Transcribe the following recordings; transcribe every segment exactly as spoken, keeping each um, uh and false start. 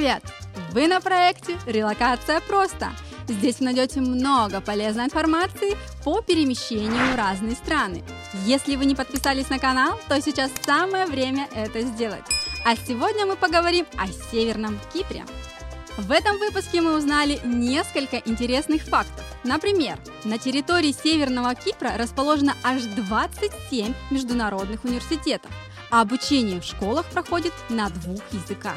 привет! Вы на проекте «Релокация просто». Здесь вы найдете много полезной информации по перемещению в разные страны. Если вы не подписались на канал, то сейчас самое время это сделать. А сегодня мы поговорим о Северном Кипре. В этом выпуске мы узнали несколько интересных фактов. Например, на территории Северного Кипра расположено аж двадцать семь международных университетов, а обучение в школах проходит на двух языках.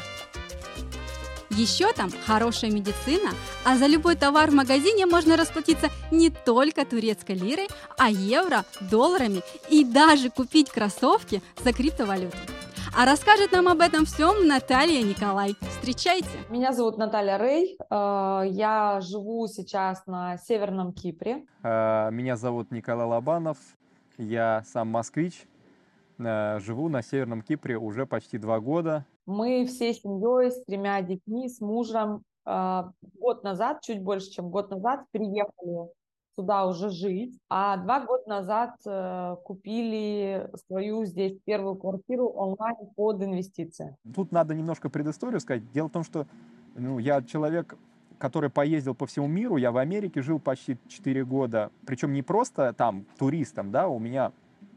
Еще там хорошая медицина, а за любой товар в магазине можно расплатиться не только турецкой лирой, а евро, долларами и даже купить кроссовки за криптовалюту. А расскажет нам об этом всем Наталья Николай. Встречайте! Меня зовут Наталья Рей, я живу сейчас на Северном Кипре. Меня зовут Николай Лобанов, я сам москвич, живу на Северном Кипре уже почти два года. Мы всей семьей с тремя детьми, с мужем год назад, чуть больше, чем год назад, приехали сюда уже жить, а два года назад купили свою здесь первую квартиру онлайн под инвестиции. Тут надо немножко предысторию сказать. Дело в том, что ну, я человек, который поездил по всему миру, я в Америке жил почти четыре года, причем не просто там туристом, да, у меня,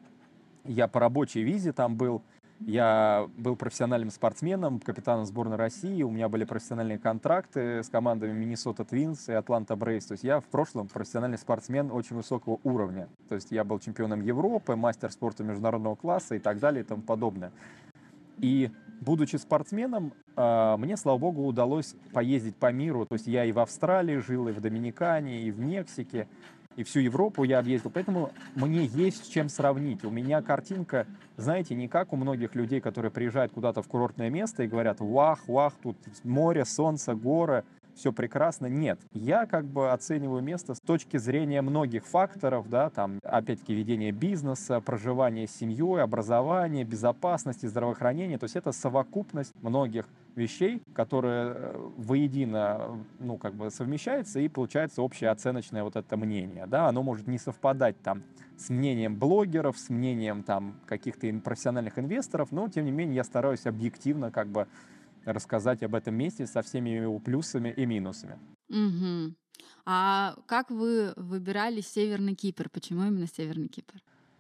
я по рабочей визе там был, я был профессиональным спортсменом, капитаном сборной России, у меня были профессиональные контракты с командами Миннесота Твинс и Атланта Брейвс. То есть я в прошлом профессиональный спортсмен очень высокого уровня. То есть я был чемпионом Европы, мастер спорта международного класса и так далее и тому подобное. И будучи спортсменом, мне, слава богу, удалось поездить по миру. То есть я и в Австралии жил, и в Доминикане, и в Мексике, и всю Европу я объездил. Поэтому мне есть с чем сравнить. У меня картинка, знаете, не как у многих людей, которые приезжают куда-то в курортное место и говорят: вах, вах, тут море, солнце, горы, все прекрасно. Нет, я как бы оцениваю место с точки зрения многих факторов, да, там, опять-таки, ведение бизнеса, проживание с семьей, образование, безопасности, здравоохранение. То есть это совокупность многих вещей, которые воедино, ну, как бы совмещаются, и получается общее оценочное вот это мнение, да, оно может не совпадать там с мнением блогеров, с мнением там каких-то профессиональных инвесторов, но, тем не менее, я стараюсь объективно как бы рассказать об этом месте со всеми его плюсами и минусами. Угу. А как вы выбирали Северный Кипр? Почему именно Северный Кипр?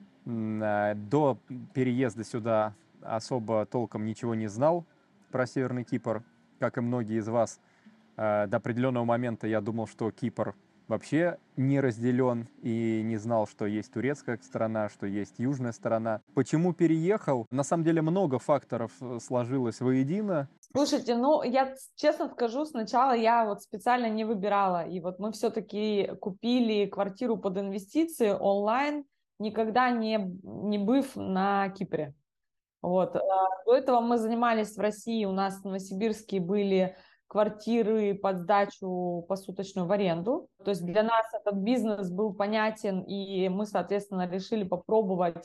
До переезда сюда особо толком ничего не знал про Северный Кипр. Как и многие из вас, до определенного момента я думал, что Кипр вообще не разделен, и не знал, что есть турецкая сторона, что есть южная сторона. Почему переехал? На самом деле много факторов сложилось воедино. Слушайте, ну, я честно скажу, сначала я вот специально не выбирала, и вот мы все-таки купили квартиру под инвестиции онлайн, никогда не, не быв на Кипре. Вот. До этого мы занимались в России, у нас в Новосибирске были квартиры под сдачу посуточную в аренду. То есть для нас этот бизнес был понятен, и мы, соответственно, решили попробовать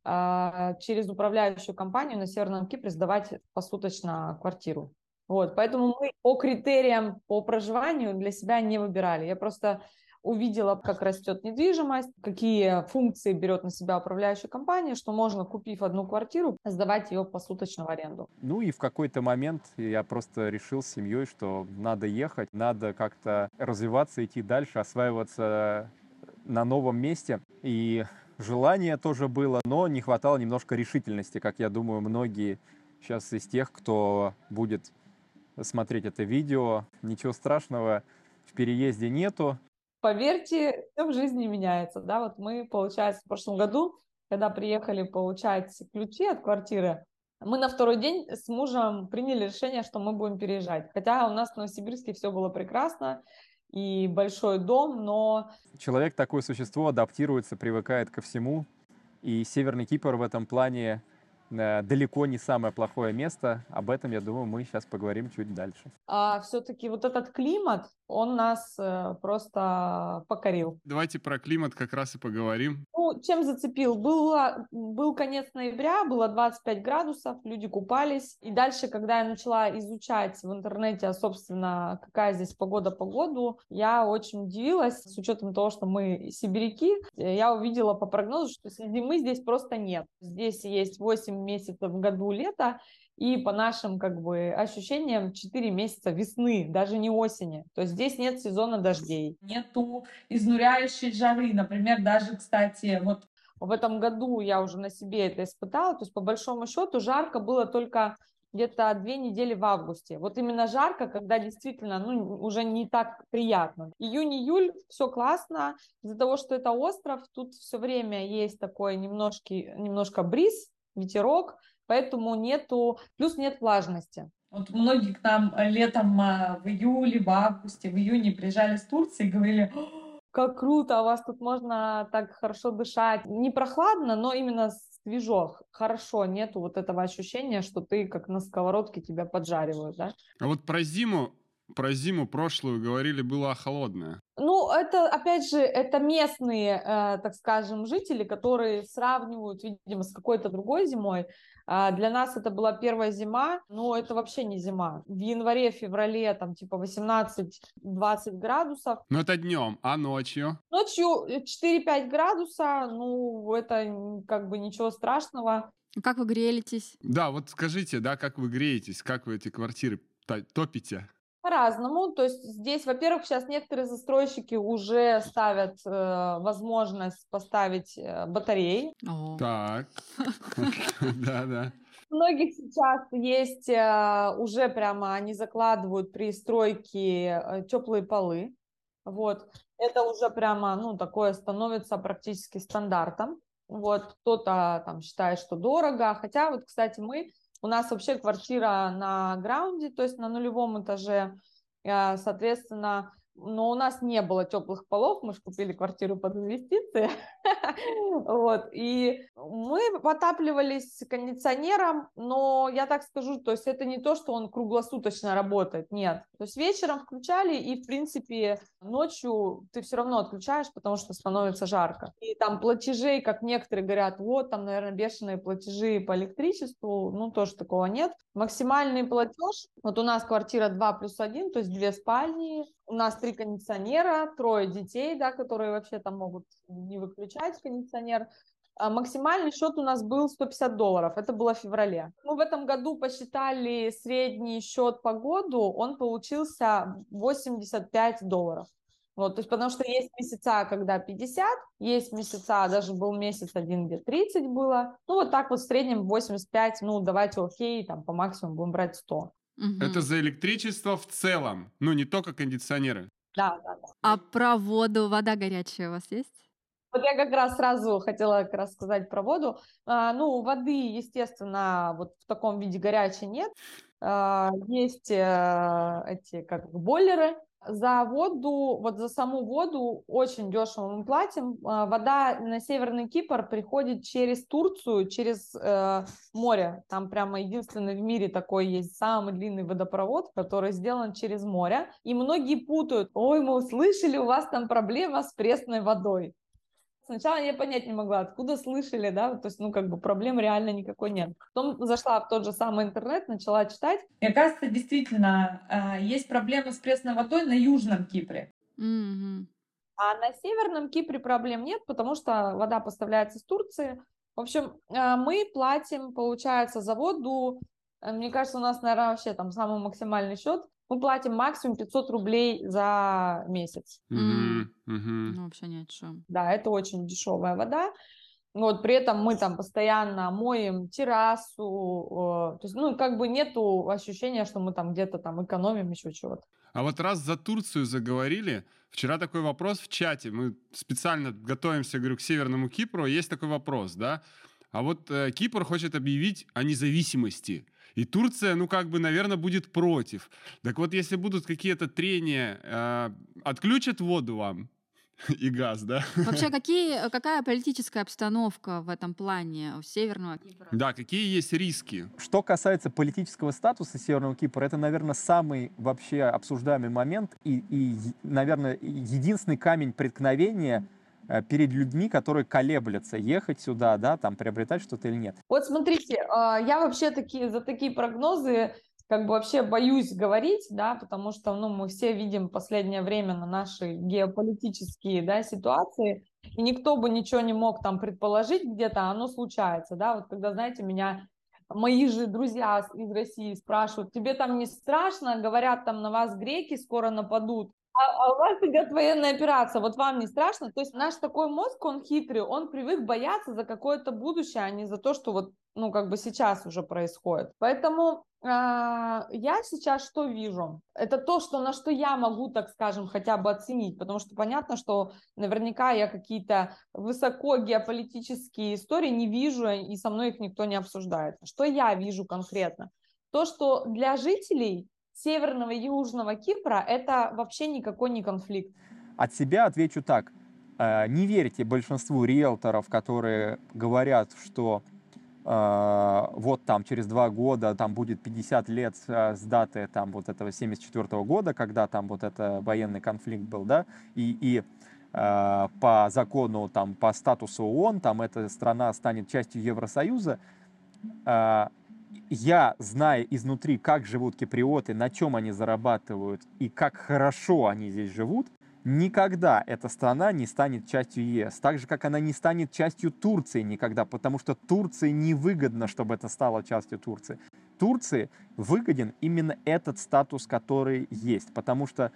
э, через управляющую компанию на Северном Кипре сдавать посуточно квартиру. Вот. Поэтому мы по критериям по проживанию для себя не выбирали. Я просто увидела, как растет недвижимость, какие функции берет на себя управляющая компания, что можно, купив одну квартиру, сдавать ее посуточно в аренду. Ну и в какой-то момент я просто решил с семьей, что надо ехать, надо как-то развиваться, идти дальше, осваиваться на новом месте. И желание тоже было, но не хватало немножко решительности, как я думаю, многие сейчас из тех, кто будет смотреть это видео. Ничего страшного в переезде нету. Поверьте, все в жизни меняется, да, вот мы, получается, в прошлом году, когда приехали получать ключи от квартиры, мы на второй день с мужем приняли решение, что мы будем переезжать, хотя у нас в Новосибирске все было прекрасно, и большой дом, но... Человек такое существо, адаптируется, привыкает ко всему, и Северный Кипр в этом плане далеко не самое плохое место. Об этом, я думаю, мы сейчас поговорим чуть дальше. А все-таки вот этот климат, он нас э, просто покорил. Давайте про климат как раз и поговорим. Ну, чем зацепил? Было, был конец ноября, было двадцать пять градусов, люди купались. И дальше, когда я начала изучать в интернете, собственно, какая здесь погода по году, я очень удивилась, с учетом того, что мы сибиряки. Я увидела по прогнозу, что зимы здесь просто нет. Здесь есть восемь месяцев в году лета, и по нашим как бы ощущениям четыре месяца весны, даже не осени. То есть здесь нет сезона дождей. Нету изнуряющей жары. Например, даже, кстати, вот в этом году я уже на себе это испытала. То есть по большому счету жарко было только где-то две недели в августе. Вот именно жарко, когда действительно ну, уже не так приятно. Июнь-июль все классно. Из-за того, что это остров, тут все время есть такой немножко, немножко бриз, ветерок, поэтому нету, плюс нет влажности. Вот многие к нам летом в июле, в августе, в июне приезжали с Турции и говорили: как круто, у вас тут можно так хорошо дышать. Не прохладно, но именно свежо, хорошо, нету вот этого ощущения, что ты как на сковородке тебя поджаривают, да? А вот про зиму, про зиму прошлую говорили, была холодная. Ну, это, опять же, это местные, э, так скажем, жители, которые сравнивают, видимо, с какой-то другой зимой. А для нас это была первая зима, но это вообще не зима. В январе-феврале там типа восемнадцать-двадцать градусов. Но это днем, а ночью? Ночью четыре-пять градуса, ну, это как бы ничего страшного. Как вы грелитесь? Да, вот скажите, да, как вы греетесь, как вы эти квартиры топите? По-разному. То есть здесь, во-первых, сейчас некоторые застройщики уже ставят э, возможность поставить э, батареи. О. Так, да-да. У многих сейчас есть э, уже прямо, они закладывают при стройке э, теплые полы. Вот. Это уже прямо, ну, такое становится практически стандартом. Вот. Кто-то там считает, что дорого. Хотя вот, кстати, мы... У нас вообще квартира на граунде, то есть на нулевом этаже, соответственно, но у нас не было теплых полов, мы же купили квартиру под инвестиции, вот, и мы отапливались кондиционером, но я так скажу, то есть это не то, что он круглосуточно работает, нет, то есть вечером включали, и, в принципе, ночью ты все равно отключаешь, потому что становится жарко, и там платежей, как некоторые говорят, вот, там, наверное, бешеные платежи по электричеству, ну, тоже такого нет, максимальный платеж, вот у нас квартира два плюс один, то есть две спальни, у нас три кондиционера, трое детей, да, которые вообще там могут не выключать кондиционер. А максимальный счет у нас был сто пятьдесят долларов, это было в феврале. Мы в этом году посчитали средний счет по году, он получился восемьдесят пять долларов. Вот, то есть, потому что есть месяца, когда пятьдесят, есть месяца, даже был месяц один, где тридцать было. Ну, вот так вот в среднем восемьдесят пять, ну, давайте окей, там по максимуму будем брать сто. Мгм. Это за электричество в целом, ну не только кондиционеры. Да, да, да. А про воду, вода горячая у вас есть? Вот я как раз сразу хотела как раз сказать про воду. А, ну, воды, естественно, вот в таком виде горячей нет. А, есть э, эти как бы бойлеры. За воду, вот за саму воду очень дешево мы платим. А, вода на Северный Кипр приходит через Турцию, через э, море. Там прямо единственный в мире такой есть самый длинный водопровод, который сделан через море. И многие путают: ой, мы услышали, у вас там проблема с пресной водой. Сначала я понять не могла, откуда слышали, да, то есть, ну, как бы проблем реально никакой нет. Потом зашла в тот же самый интернет, начала читать. И оказывается, действительно, есть проблемы с пресной водой на Южном Кипре. Мгм. А на Северном Кипре проблем нет, потому что вода поставляется из Турции. В общем, мы платим, получается, за воду, мне кажется, у нас, наверное, вообще там самый максимальный счет. Мы платим максимум пятьсот рублей за месяц. М. Мгм, мгм. Ну, вообще ни о чем. Да, это очень дешевая вода. Вот, при этом мы там постоянно моем террасу. э, То есть, ну, как бы нету ощущения, что мы там где-то там экономим еще чего-то. А вот раз за Турцию заговорили, вчера такой вопрос в чате, мы специально готовимся, говорю, к Северному Кипру, есть такой вопрос, да, а вот э, Кипр хочет объявить о независимости, и Турция, ну, как бы, наверное, будет против. Так вот, если будут какие-то трения, э, отключат воду вам и газ, да? Вообще, какие, какая политическая обстановка в этом плане у Северного Кипра? Да, какие есть риски? Что касается политического статуса Северного Кипра, это, наверное, самый вообще обсуждаемый момент и, и наверное, единственный камень преткновения э, перед людьми, которые колеблются, ехать сюда, да, там, приобретать что-то или нет. Вот смотрите, э, я вообще такие, за такие прогнозы как бы вообще боюсь говорить, да, потому что, ну, мы все видим в последнее время на наши геополитические, да, ситуации, и никто бы ничего не мог там предположить где-то, оно случается, да, вот когда, знаете, меня мои же друзья из России спрашивают, тебе там не страшно? Говорят, там на вас греки скоро нападут. А, а у вас идет военная операция, вот вам не страшно? То есть наш такой мозг, он хитрый, он привык бояться за какое-то будущее, а не за то, что вот, ну, как бы сейчас уже происходит. Поэтому э, я сейчас что вижу? Это то, что, на что я могу, так скажем, хотя бы оценить, потому что понятно, что наверняка я какие-то высоко геополитические истории не вижу, и со мной их никто не обсуждает. Что я вижу конкретно? То, что для жителей Северного и Южного Кипра это вообще никакой не конфликт. От себя отвечу так. Не верьте большинству риэлторов, которые говорят, что э, вот там через два года там будет пятьдесят лет с даты там вот этого семьдесят четвёртого года, когда там вот это военный конфликт был, да, и, и э, по закону, там, по статусу ООН, там эта страна станет частью Евросоюза. Э, Я, зная изнутри, как живут киприоты, на чем они зарабатывают и как хорошо они здесь живут, никогда эта страна не станет частью ЕС. Так же, как она не станет частью Турции никогда, потому что Турции невыгодно, чтобы это стало частью Турции. Турции выгоден именно этот статус, который есть, потому что,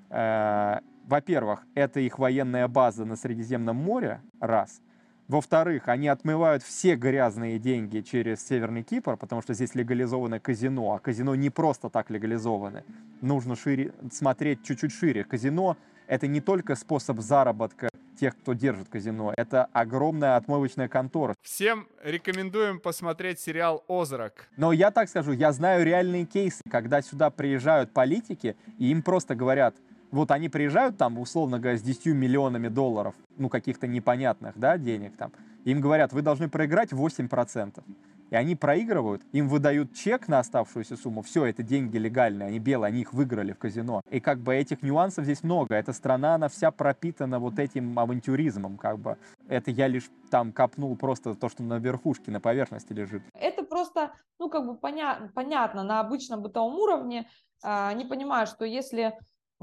э, во-первых, это их военная база на Средиземном море, раз. Во-вторых, они отмывают все грязные деньги через Северный Кипр, потому что здесь легализовано казино, а казино не просто так легализованы. Нужно шире, смотреть чуть-чуть шире. Казино — это не только способ заработка тех, кто держит казино, это огромная отмывочная контора. Всем рекомендуем посмотреть сериал «Озарк». Но я так скажу, я знаю реальные кейсы, когда сюда приезжают политики, и им просто говорят, вот они приезжают там, условно говоря, с десятью миллионами долларов, ну, каких-то непонятных, да, денег там. Им говорят, вы должны проиграть восемь процентов. И они проигрывают, им выдают чек на оставшуюся сумму. Все, это деньги легальные, они белые, они их выиграли в казино. И как бы этих нюансов здесь много. Эта страна, она вся пропитана вот этим авантюризмом, как бы. Это я лишь там копнул просто то, что на верхушке, на поверхности лежит. Это просто, ну, как бы поня- понятно, на обычном бытовом уровне. А, они понимают, что если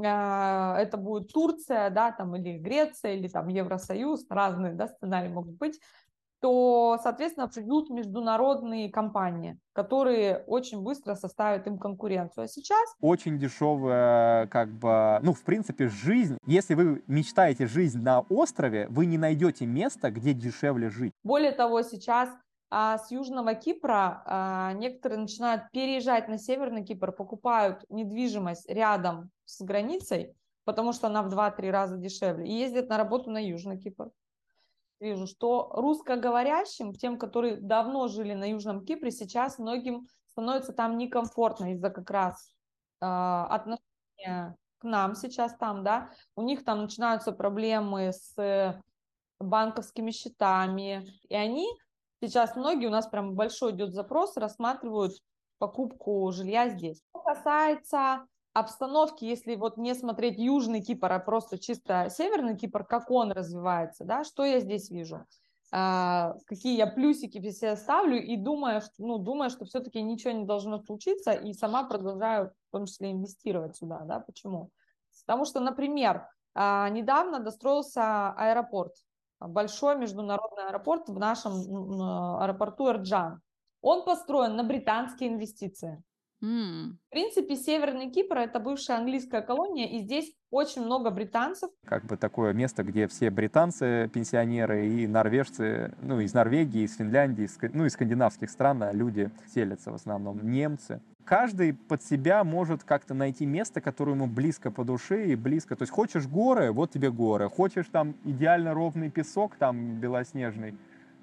это будет Турция, да, там, или Греция, или там Евросоюз, разные, да, сценарии могут быть, то, соответственно, придут международные компании, которые очень быстро составят им конкуренцию. А сейчас... Очень дешевая, как бы, ну, в принципе, жизнь. Если вы мечтаете жизнь на острове, вы не найдете места, где дешевле жить. Более того, сейчас а, с Южного Кипра а, некоторые начинают переезжать на Северный Кипр, покупают недвижимость рядом с границей, потому что она в два-три раза дешевле, и ездят на работу на Южный Кипр. Вижу, что русскоговорящим, тем, которые давно жили на Южном Кипре, сейчас многим становится там некомфортно из-за как раз э, отношения к нам сейчас там, да, у них там начинаются проблемы с банковскими счетами, и они сейчас, многие, у нас прям большой идет запрос, рассматривают покупку жилья здесь. Что касается обстановки, если вот не смотреть Южный Кипр, а просто чисто Северный Кипр, как он развивается, да, что я здесь вижу, а, какие я плюсики все ставлю, и думаю, что, ну, думаю, что все-таки ничего не должно случиться, и сама продолжаю в том числе инвестировать сюда, да, почему? Потому что, например, а, недавно достроился аэропорт, большой международный аэропорт в нашем аэропорту Эрджан. Он построен на британские инвестиции. Mm. В принципе, Северный Кипр — это бывшая английская колония, и здесь очень много британцев. Как бы такое место, где все британцы, пенсионеры и норвежцы, ну, из Норвегии, из Финляндии, из, ну, из скандинавских стран люди селятся в основном, немцы. Каждый под себя может как-то найти место, которое ему близко по душе и близко. То есть хочешь горы, вот тебе горы. Хочешь там идеально ровный песок, там белоснежный,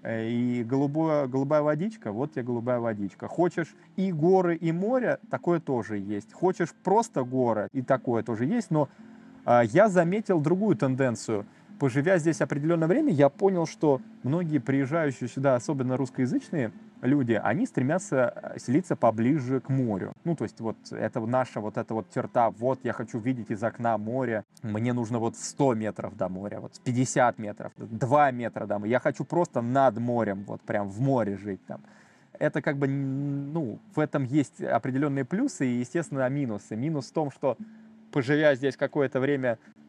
и голубая, голубая водичка, вот тебе голубая водичка. Хочешь и горы, и море, такое тоже есть. Хочешь просто горы, и такое тоже есть. Но а, я заметил другую тенденцию. Поживя здесь определенное время, я понял, что многие приезжающие сюда, особенно русскоязычные люди, они стремятся селиться поближе к морю. Ну, то есть вот это наша вот эта вот черта, вот я хочу видеть из окна море, мне нужно вот сто метров до моря, вот пятьдесят метров, два метра до моря, я хочу просто над морем, вот прям в море жить там. Это как бы, ну, в этом есть определенные плюсы и, естественно, минусы. Минус в том, что, поживя здесь какое-то время,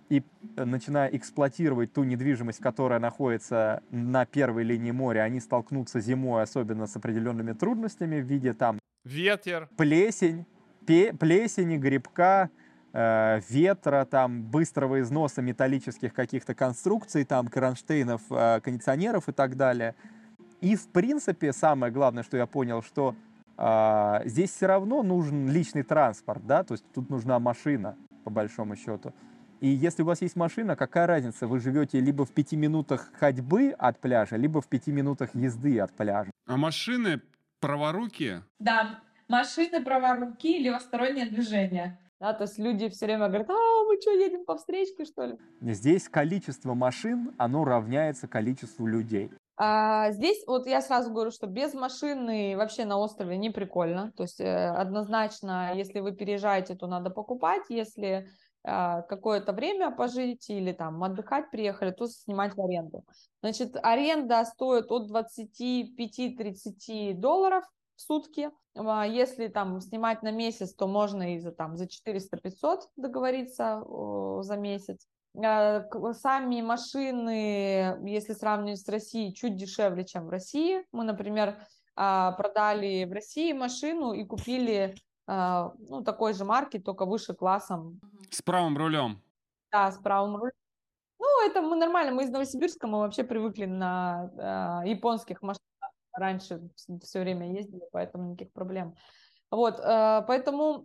и начиная эксплуатировать ту недвижимость, которая находится на первой линии моря, они столкнутся зимой, особенно с определенными трудностями в виде там Ветер. плесень, пе- плесени, грибка, э, ветра, там, быстрого износа металлических каких-то конструкций, там, кронштейнов, э, кондиционеров и так далее. И, в принципе, самое главное, что я понял, что э, здесь все равно нужен личный транспорт, да, то есть тут нужна машина, по большому счету. И если у вас есть машина, какая разница, вы живете либо в пяти минутах ходьбы от пляжа, либо в пяти минутах езды от пляжа. А машины праворукие? Да, машины, права руки, левостороннее движение. Да, то есть люди все время говорят: а, мы что, едем по встречке, что ли? Здесь количество машин, оно равняется количеству людей. А здесь вот я сразу говорю, что без машины вообще на острове не прикольно. То есть э, однозначно, если вы переезжаете, то надо покупать. Если э, какое-то время пожить или там отдыхать приехали, то снимать в аренду. Значит, аренда стоит от двадцати пяти тридцати долларов в сутки. А если там снимать на месяц, то можно и за, там, за четыреста-пятьсот договориться о, за месяц. Сами машины, если сравнивать с Россией, чуть дешевле, чем в России. Мы, например, продали в России машину и купили, ну, такой же марки, только выше классом. С правым рулем. Да, с правым рулем. Ну, это мы нормально, мы из Новосибирска, мы вообще привыкли на японских машинах. Раньше все время ездили, поэтому никаких проблем. Вот, поэтому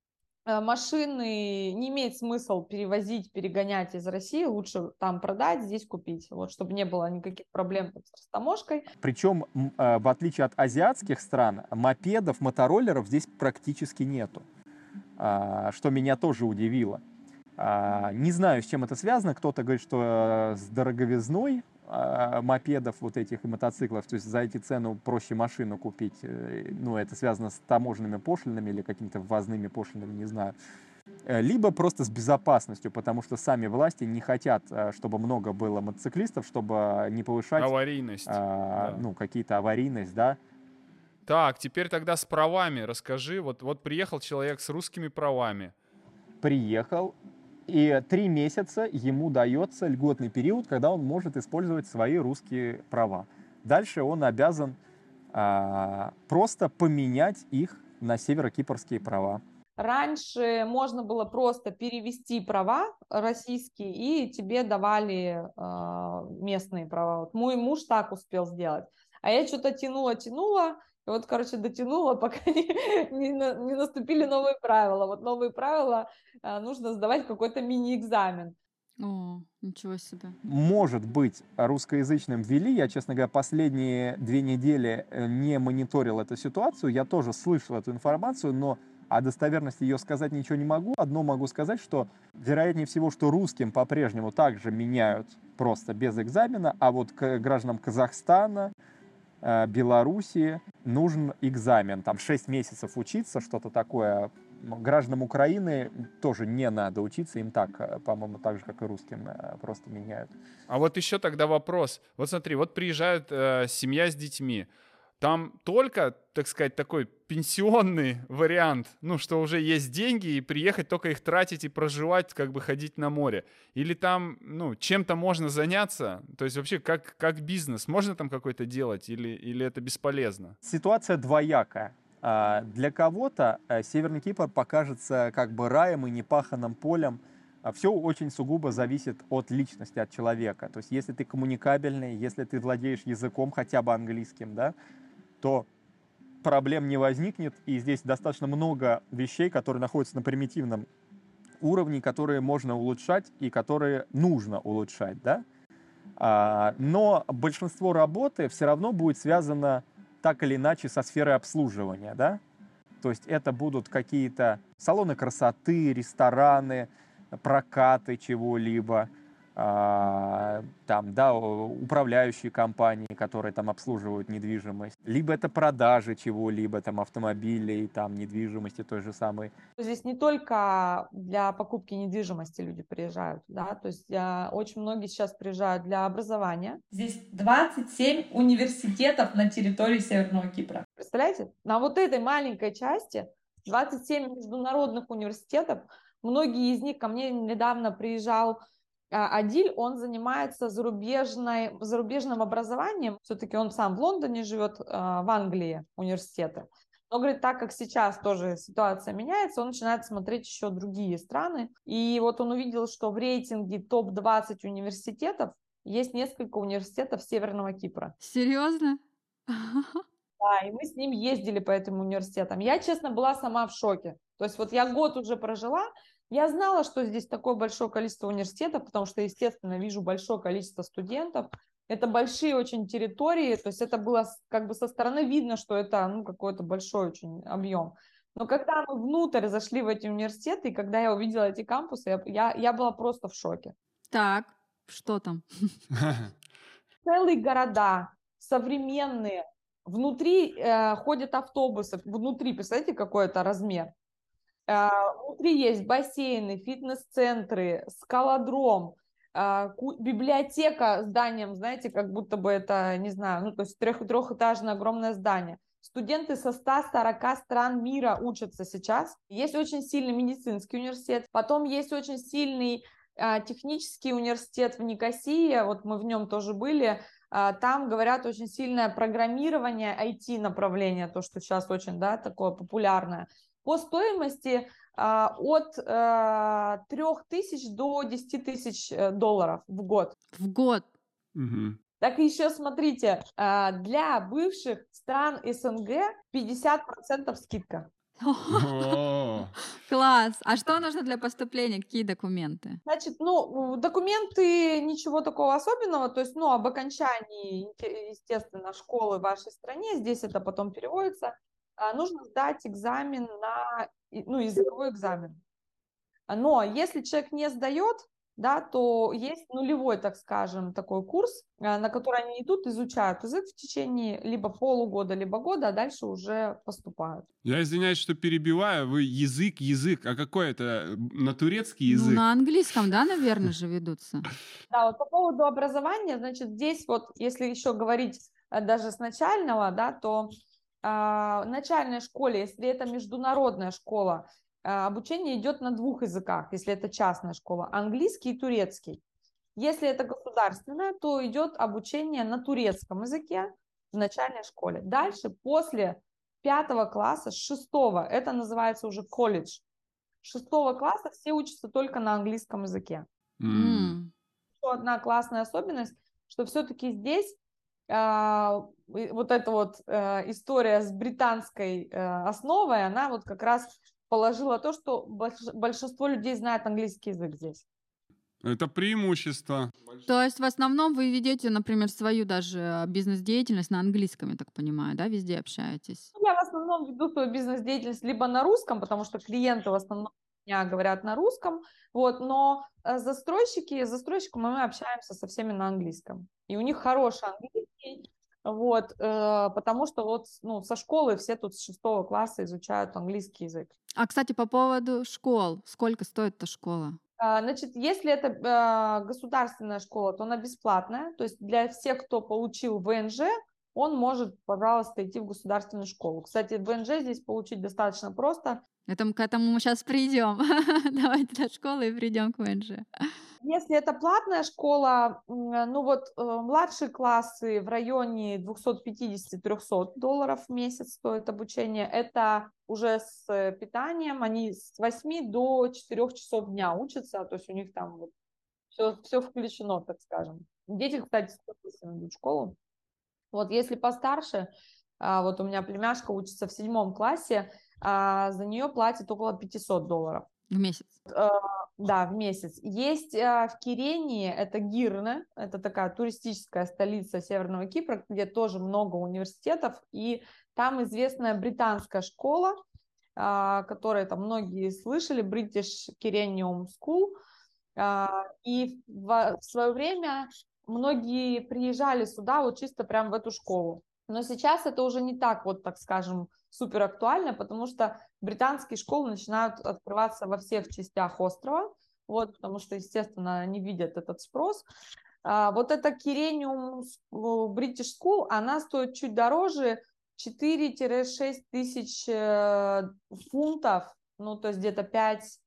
машины не имеет смысл перевозить, перегонять из России, лучше там продать, здесь купить, вот, чтобы не было никаких проблем с растаможкой. Причем, в отличие от азиатских стран, мопедов, мотороллеров здесь практически нету, что меня тоже удивило. Не знаю, с чем это связано, кто-то говорит, что с дороговизной мопедов вот этих и мотоциклов, то есть за эти цены проще машину купить, ну, это связано с таможенными пошлинами или какими-то ввозными пошлинами, не знаю. Либо просто с безопасностью, потому что сами власти не хотят, чтобы много было мотоциклистов, чтобы не повышать... Аварийность. А, да. Ну, какие-то аварийность, да. Так, теперь тогда с правами расскажи. Вот, вот приехал человек с русскими правами. Приехал. И три месяца ему дается льготный период, когда он может использовать свои русские права. Дальше он обязан а, просто поменять их на северокипрские права. Раньше можно было просто перевести права российские, и тебе давали а, местные права. Вот мой муж так успел сделать. А я что-то тянула-тянула, и вот, короче, дотянула, пока не, не, не наступили новые правила. Вот новые правила а, нужно сдавать какой-то мини-экзамен. О, ничего себе. Может быть, русскоязычным ввели. Я, честно говоря, последние две недели не мониторил эту ситуацию. Я тоже слышал эту информацию, но о достоверности ее сказать ничего не могу. Одно могу сказать, что вероятнее всего, что русским по-прежнему также меняют просто без экзамена, а вот к гражданам Казахстана, Белоруссии нужен экзамен. Там шесть месяцев учиться, что-то такое. Гражданам Украины тоже не надо учиться, им так, по-моему, так же, как и русским, просто меняют. А вот еще тогда вопрос. Вот смотри, вот приезжает э, семья с детьми. Там только, так сказать, такой пенсионный вариант, ну, что уже есть деньги, и приехать только их тратить и проживать, как бы ходить на море. Или там, ну, чем-то можно заняться, то есть вообще как, как бизнес, можно там какой-то делать, или, или это бесполезно? Ситуация двоякая. Для кого-то Северный Кипр покажется как бы раем и непаханным полем. Все очень сугубо зависит от личности, от человека. То есть если ты коммуникабельный, если ты владеешь языком, хотя бы английским, да, то проблем не возникнет. И здесь достаточно много вещей, которые находятся на примитивном уровне, которые можно улучшать и которые нужно улучшать. Да? Но большинство работы все равно будет связано так или иначе со сферой обслуживания. Да? То есть это будут какие-то салоны красоты, рестораны, прокаты чего-либо, а, там, да, управляющие компании, которые там обслуживают недвижимость, либо это продажи чего-либо, там, автомобилей, там, недвижимости той же самой. Здесь не только для покупки недвижимости люди приезжают, да, то есть я, очень многие сейчас приезжают для образования. Здесь двадцать семь университетов на территории Северного Кипра. Представляете? На вот этой маленькой части двадцать семь международных университетов. многие из них ко мне недавно приезжал Адиль, он занимается зарубежной, зарубежным образованием, все-таки он сам в Лондоне живет, в Англии университеты. Но, говорит, так как сейчас тоже ситуация меняется, он начинает смотреть еще другие страны. И вот он увидел, что в рейтинге топ двадцать университетов есть несколько университетов Северного Кипра. Серьезно? Да, и мы с ним ездили по этим университетам. Я, честно, была сама в шоке. То есть вот я год уже прожила, я знала, что здесь такое большое количество университетов, потому что, естественно, вижу большое количество студентов. Это большие очень территории, то есть это было как бы со стороны видно, что это ну, какой-то большой очень объем. Но когда мы внутрь зашли в эти университеты, и когда я увидела эти кампусы, я, я, я была просто в шоке. Так, что там? Целые города, современные, внутри э, ходят автобусы, внутри, представляете, какой это размер? Э, внутри есть бассейны, фитнес-центры, скалодром, э, ку- библиотека с зданием, знаете, как будто бы это, не знаю, ну, то есть трех- трехэтажное огромное здание. Студенты со ста сорока стран мира учатся сейчас. Есть очень сильный медицинский университет, потом есть очень сильный э, технический университет в Никосии, вот мы в нем тоже были. Э, там, говорят, очень сильное программирование, ай ти-направление, то, что сейчас очень, да, такое популярное. По стоимости э, от э, трех тысяч до десяти тысяч долларов в год. В год. Мгм. Так еще смотрите, э, для бывших стран СНГ пятьдесят процентов скидка. О, Класс. А что нужно для поступления? Какие документы? Значит, ну, документы ничего такого особенного, то есть, ну, об окончании, инте- естественно, школы в вашей стране, здесь это потом переводится, а, нужно сдать экзамен на, и- ну, языковой экзамен. Но если человек не сдает, да, то есть нулевой, так скажем, такой курс, а, на который они идут, изучают язык в течение либо полугода, либо года, а дальше уже поступают. я извиняюсь, что перебиваю. Вы язык, язык. А какой это? На турецкий Ну, язык? на английском, да, наверное, же ведутся. Да, вот по поводу образования, значит, здесь вот, если еще говорить э, даже с начального, да, то а, в начальной школе, если это международная школа, а, обучение идет на двух языках, если это частная школа, английский и турецкий. Если это государственная, то идет обучение на турецком языке в начальной школе. Дальше, после пятого класса, с шестого, это называется уже колледж, с шестого класса все учатся только на английском языке. М. М. Еще одна классная особенность, что все-таки здесь а, и вот эта вот э, история с британской э, основой, она вот как раз положила то, что больш- большинство людей знает английский язык здесь. Это преимущество. То есть в основном вы ведете, например, свою даже а, бизнес-деятельность на английском, я так понимаю, да, везде общаетесь? Я в основном веду свою бизнес-деятельность либо на русском, потому что клиенты в основном у меня говорят на русском, вот, но э, застройщики, с застройщиками мы общаемся со всеми на английском. И у них хороший английский, вот, э, потому что вот ну, со школы все тут с шестого класса изучают английский язык. А, кстати, по поводу школ. Сколько стоит эта школа? А, Значит, если это э, государственная школа, то она бесплатная. То есть для всех, кто получил вэ эн жэ, он может, пожалуйста, идти в государственную школу. Кстати, вэ эн жэ здесь получить достаточно просто. Это мы к этому мы сейчас придем. Давайте до школы и придем к вэ эн жэ. Если это платная школа, м, ну вот э, младшие классы в районе двести пятьдесят - триста долларов в месяц стоит обучение. Это уже с э, питанием. Они с восьми до четырёх часов дня учатся, то есть у них там вот все, все включено, так скажем. Дети, кстати, с удовольствием идут в школу. Вот если постарше, а, вот у меня племяшка учится в седьмом классе, а, за нее платят около пятьсот долларов. В месяц. Э, Да, в месяц. Есть э, в Кирении, это Гирне, это такая туристическая столица Северного Кипра, где тоже много университетов, и там известная британская школа, а, которую там многие слышали, British Kirenium School, а, и в, в свое время многие приезжали сюда вот чисто прям в эту школу. Но сейчас это уже не так вот, так скажем, супер актуально, потому что британские школы начинают открываться во всех частях острова, вот, потому что, естественно, они видят этот спрос. А, вот эта Kirenium British School, она стоит чуть дороже, четыре - шесть тысяч э, фунтов, ну, то есть где-то пять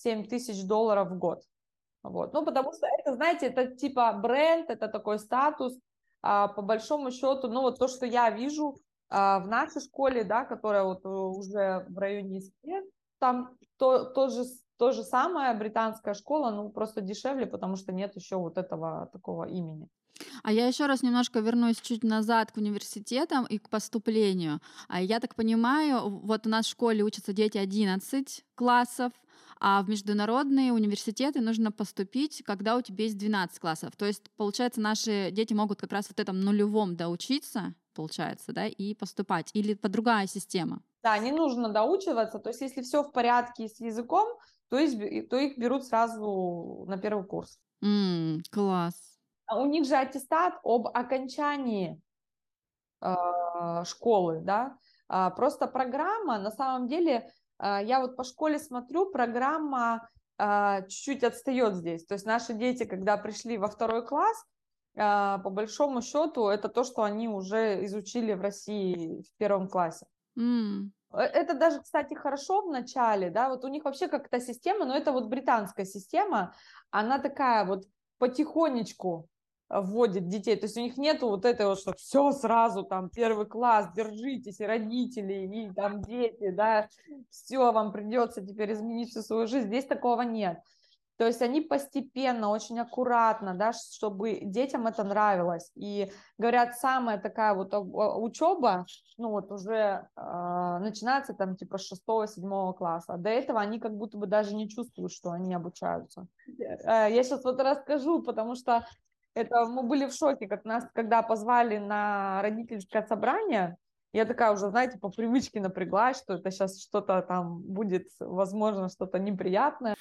семь тысяч долларов в год. Вот. Ну, потому что это, знаете, это типа бренд, это такой статус, а, по большому счету, ну, вот то, что я вижу а, в нашей школе, да, которая вот уже в районе ИСК, там то, то, же, то же самое, британская школа, ну, просто дешевле, потому что нет еще вот этого такого имени. А я еще раз немножко вернусь чуть назад к университетам и к поступлению. А я так понимаю, вот у нас в школе учатся дети одиннадцать классов, а в международные университеты нужно поступить, когда у тебя есть двенадцать классов. То есть, получается, наши дети могут как раз вот этом нулевом доучиться, получается, да, и поступать. Или по другая система? Да, не нужно доучиваться. То есть, если все в порядке с языком, то, есть, то их берут сразу на первый курс. М, класс. У них же аттестат об окончании э, школы, да. А, просто программа, на самом деле, э, я вот по школе смотрю, программа э, чуть-чуть отстает здесь. То есть наши дети, когда пришли во второй класс, э, по большому счету, это то, что они уже изучили в России в первом классе. М. Это даже, кстати, хорошо в начале, да, вот у них вообще как-то система, но это вот британская система, она такая вот потихонечку вводит детей, то есть у них нету вот этого, вот, что все сразу там первый класс, держитесь, и родители, и там дети, да, все, вам придется теперь изменить всю свою жизнь, здесь такого нет. То есть они постепенно, очень аккуратно, да, чтобы детям это нравилось. И говорят, самая такая вот учеба, ну вот уже э, начинается там типа с шестого-седьмого класса. До этого они как будто бы даже не чувствуют, что они обучаются. Э, я сейчас вот расскажу, потому что это мы были в шоке, как нас, когда позвали на родительское собрание. Я такая уже, знаете, по привычке напряглась, что это сейчас что-то там будет, возможно, что-то неприятное.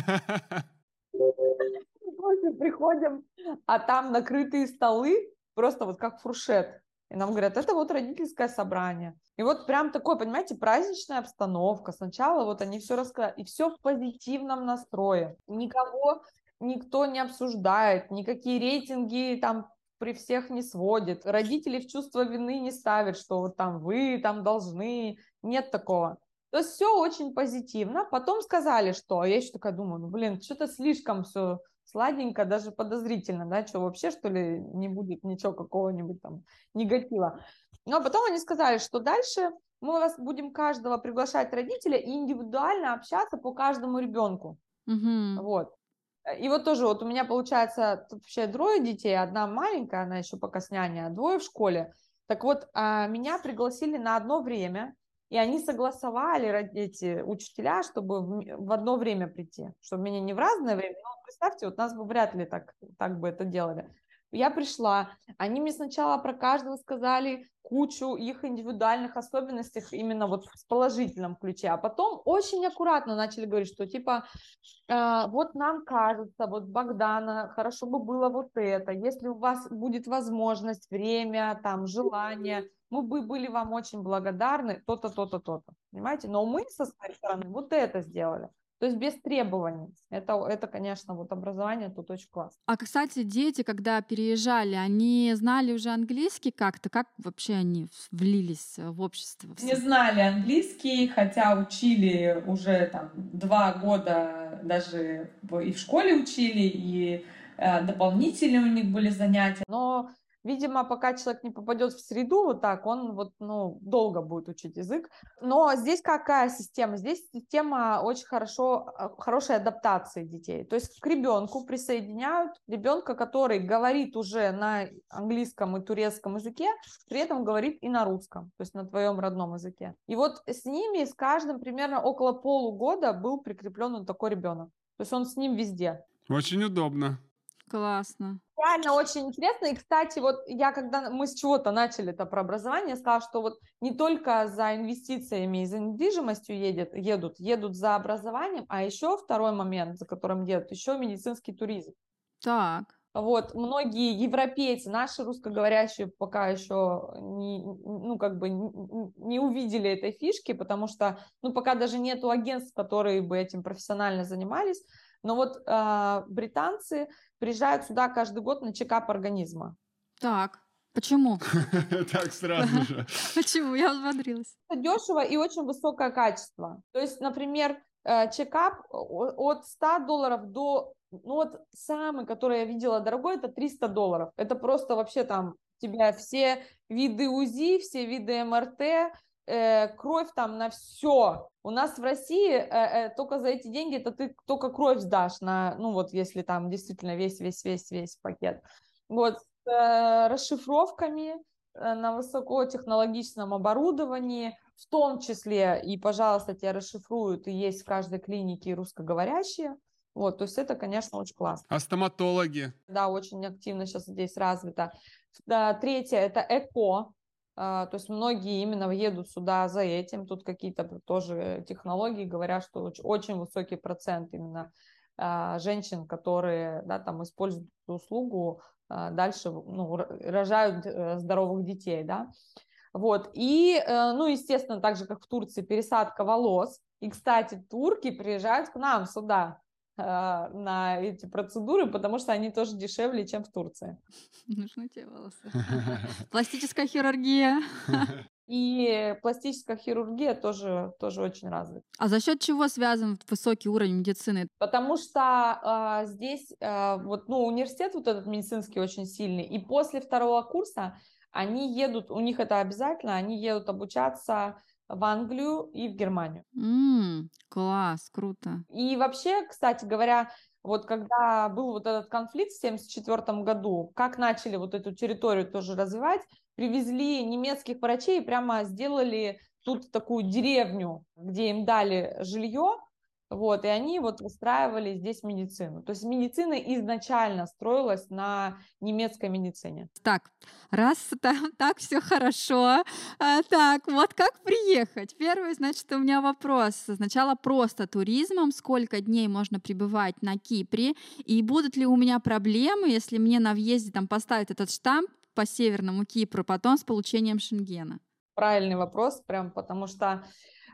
Мы приходим, а там накрытые столы, просто вот как фуршет. И нам говорят, это вот родительское собрание. И вот прям такой, понимаете, праздничная обстановка. Сначала вот они все рассказали, и все в позитивном настрое. Никого никто не обсуждает, никакие рейтинги там при всех не сводит. Родители в чувство вины не ставят, что вот там вы там должны. Нет такого. То есть все очень позитивно. Потом сказали, что... Я еще такая думаю, ну, блин, что-то слишком все сладенько, даже подозрительно, да, что вообще, что ли, не будет ничего какого-нибудь там негатива. Но потом они сказали, что дальше мы вас будем каждого приглашать родителя и индивидуально общаться по каждому ребенку. Мгм. Вот. И вот тоже вот у меня получается вообще трое детей, одна маленькая, она еще пока с няней, а двое в школе. Так вот, а, меня пригласили на одно время, и они согласовали, эти учителя, чтобы в, в одно время прийти, чтобы меня не в разное время, но представьте, вот нас бы вряд ли так, так бы это делали. Я пришла, они мне сначала про каждого сказали кучу их индивидуальных особенностей именно вот в положительном ключе, а потом очень аккуратно начали говорить, что типа э, вот нам кажется, вот Богдана, хорошо бы было вот это, если у вас будет возможность, время, там, желание, мы бы были вам очень благодарны, то-то, то-то, то-то, понимаете, но мы со своей стороны вот это сделали. То есть без требований. Это, это, конечно, вот образование тут очень классно. А, кстати, дети, когда переезжали, они знали уже английский как-то? Как вообще они влились в общество? в Не со- знали английский, хотя учили уже там два года, даже в- и в школе учили, и э, дополнительные у них были занятия. Но, видимо, пока человек не попадет в среду вот так, он вот, ну, долго будет учить язык. Но здесь какая система? Здесь система очень хорошо, э, хорошей адаптации детей. То есть к ребенку присоединяют ребенка, который говорит уже на английском и турецком языке, при этом говорит и на русском, то есть на твоем родном языке. И вот с ними, с каждым примерно около полугода был прикреплен вот такой ребенок. То есть он с ним везде. Очень удобно. Классно. Реально очень интересно. И, кстати, вот я, когда мы с чего-то начали это про образование, я сказала, что вот не только за инвестициями и за недвижимостью едет, едут, едут за образованием, а еще второй момент, за которым едут, еще медицинский туризм. Так. Вот, многие европейцы, наши русскоговорящие пока еще не, ну, как бы не увидели этой фишки, потому что, ну, пока даже нету агентств, которые бы этим профессионально занимались. Но вот э, британцы приезжают сюда каждый год на чекап организма. Так. Почему? Так сразу же. Почему? Я взбодрилась. Это дешево и очень высокое качество. То есть, например, э, чекап от ста долларов до, ну вот самый, который я видела дорогой, это триста долларов. Это просто вообще там у тебя все виды УЗИ, все виды МРТ, э, кровь там на все. У нас в России э, э, только за эти деньги это ты только кровь сдашь на, ну вот если там действительно весь, весь, весь, весь пакет. Вот с э, расшифровками э, на высокотехнологичном оборудовании, в том числе, и, пожалуйста, тебя расшифруют, и есть в каждой клинике русскоговорящие. Вот, то есть это, конечно, очень классно. А стоматологи? Да, очень активно сейчас здесь развито. Да, третье – это ЭКО. А, то есть многие именно едут сюда за этим. Тут какие-то тоже технологии говорят, что очень, очень высокий процент именно а, женщин, которые, да, там используют эту услугу, а, дальше, ну, рожают а, здоровых детей, да. Вот, и, а, ну, естественно, так же, как в Турции, пересадка волос. И, кстати, турки приезжают к нам сюда а, на эти процедуры, потому что они тоже дешевле, чем в Турции. Нужны те волосы. Пластическая хирургия. И пластическая хирургия тоже, тоже очень развита. А за счет чего связан высокий уровень медицины? Потому что а, здесь а, вот, ну, университет вот этот медицинский очень сильный, и после второго курса они едут, у них это обязательно, они едут обучаться в Англию и в Германию. М, класс, круто. И вообще, кстати говоря, вот когда был вот этот конфликт в семьдесят четвёртом году, как начали вот эту территорию тоже развивать, привезли немецких врачей и прямо сделали тут такую деревню, где им дали жилье, вот, и они вот выстраивали здесь медицину. То есть медицина изначально строилась на немецкой медицине. Так, раз там так все хорошо, а, так, вот как приехать? Первый, значит, у меня вопрос. Сначала просто туризмом, сколько дней можно пребывать на Кипре, и будут ли у меня проблемы, если мне на въезде там поставят этот штамп по Северному Кипру, потом с получением Шенгена? Правильный вопрос, прям потому что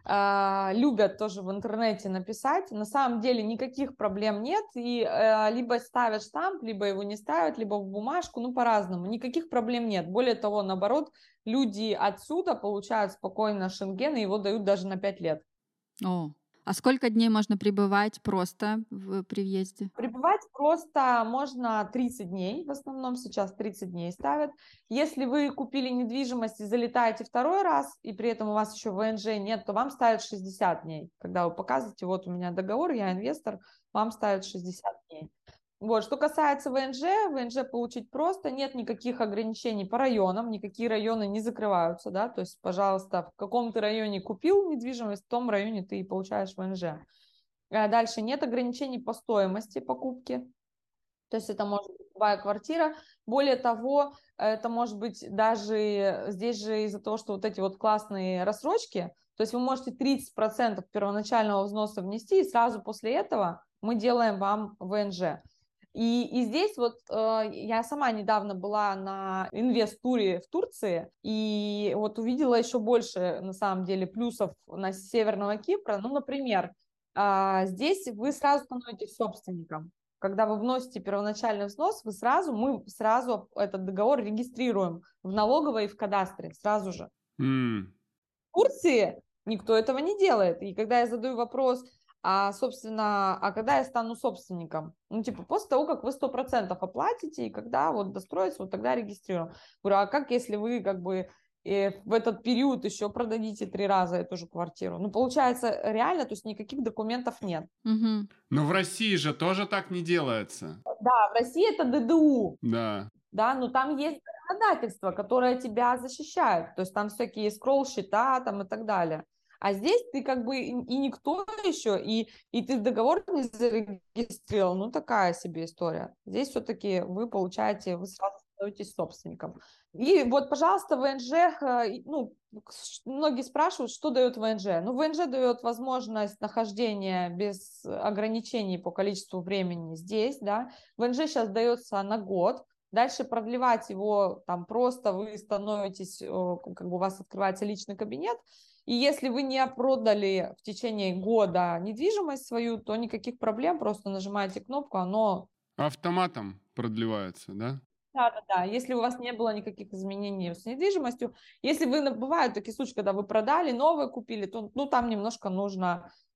э, любят тоже в интернете написать. На самом деле никаких проблем нет, и э, либо ставят штамп, либо его не ставят, либо в бумажку, ну по-разному. Никаких проблем нет. Более того, наоборот, люди отсюда получают спокойно Шенген, и его дают даже на пять лет. О, а сколько дней можно пребывать просто в, при въезде? Пребывать просто можно тридцать дней, в основном сейчас тридцать дней ставят. Если вы купили недвижимость и залетаете второй раз, и при этом у вас еще ВНЖ нет, то вам ставят шестьдесят дней. Когда вы показываете, вот у меня договор, я инвестор, вам ставят шестьдесят дней. Вот, что касается ВНЖ, ВНЖ получить просто, нет никаких ограничений по районам, никакие районы не закрываются, да, то есть, пожалуйста, в каком ты районе купил недвижимость, в том районе ты и получаешь ВНЖ. Дальше нет ограничений по стоимости покупки, то есть это может быть любая квартира. Более того, это может быть даже здесь же из-за того, что вот эти вот классные рассрочки, то есть вы можете тридцать процентов первоначального взноса внести, и сразу после этого мы делаем вам ВНЖ. И, и здесь вот э, я сама недавно была на инвест-туре в Турции, и вот увидела еще больше, на самом деле, плюсов на Северного Кипра. Ну, например, э, здесь вы сразу становитесь собственником. Когда вы вносите первоначальный взнос, вы сразу, мы сразу этот договор регистрируем в налоговой и в кадастре, сразу же. Mm. В Турции никто этого не делает. И когда я задаю вопрос, а, собственно, а когда я стану собственником? Ну, типа, после того, как вы сто процентов оплатите, и когда вот достроится, вот тогда регистрируем. Говорю, а как, если вы, как бы, э, в этот период еще продадите три раза эту же квартиру? Ну, получается, реально, то есть никаких документов нет. Угу. Но в России же тоже так не делается. Да, в России это ДДУ. Да. Да, но там есть законодательство, которое тебя защищает. То есть там всякие скролл-счета там и так далее. А здесь ты как бы и никто еще, и, и ты договор не зарегистрировал, ну такая себе история. Здесь все-таки вы получаете, вы сразу становитесь собственником. И вот, пожалуйста, ВНЖ, ну, многие спрашивают, что дает ВНЖ. Ну, ВНЖ дает возможность нахождения без ограничений по количеству времени здесь, да. ВНЖ сейчас дается на год. Дальше продлевать его, там просто вы становитесь, как бы у вас открывается личный кабинет, и если вы не продали в течение года недвижимость свою, то никаких проблем, просто нажимаете кнопку, оно... Автоматом продлевается, да? Да, да, да. Если у вас не было никаких изменений с недвижимостью, если вы, бывают такие случаи, когда вы продали, новое купили, то ну, там немножко нужно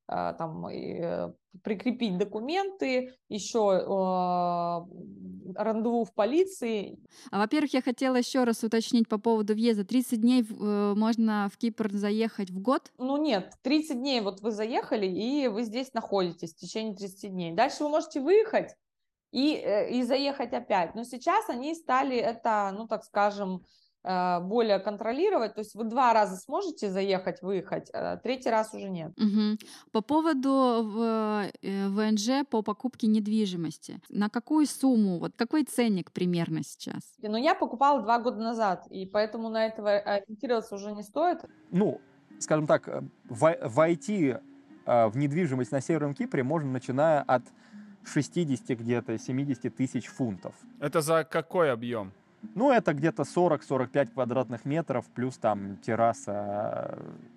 э, там э, прикрепить документы, еще э, рандеву в полиции. А, во-первых, я хотела еще раз уточнить по поводу въезда. тридцать дней э, можно в Кипр заехать в год? Ну нет, тридцать дней вот вы заехали, и вы здесь находитесь в течение тридцати дней. Дальше вы можете выехать и, и заехать опять. Но сейчас они стали это, ну так скажем, более контролировать. То есть вы два раза сможете заехать, выехать, а третий раз уже нет. Угу. По поводу в, ВНЖ по покупке недвижимости. На какую сумму? Вот какой ценник примерно сейчас? Ну, я покупала два года назад, и поэтому на это ориентироваться уже не стоит. Ну, скажем так, войти в недвижимость на Северном Кипре можно, начиная от шестидесяти где-то, семидесяти тысяч фунтов. Это за какой объем? Ну, это где-то сорок-сорок пять квадратных метров, плюс там терраса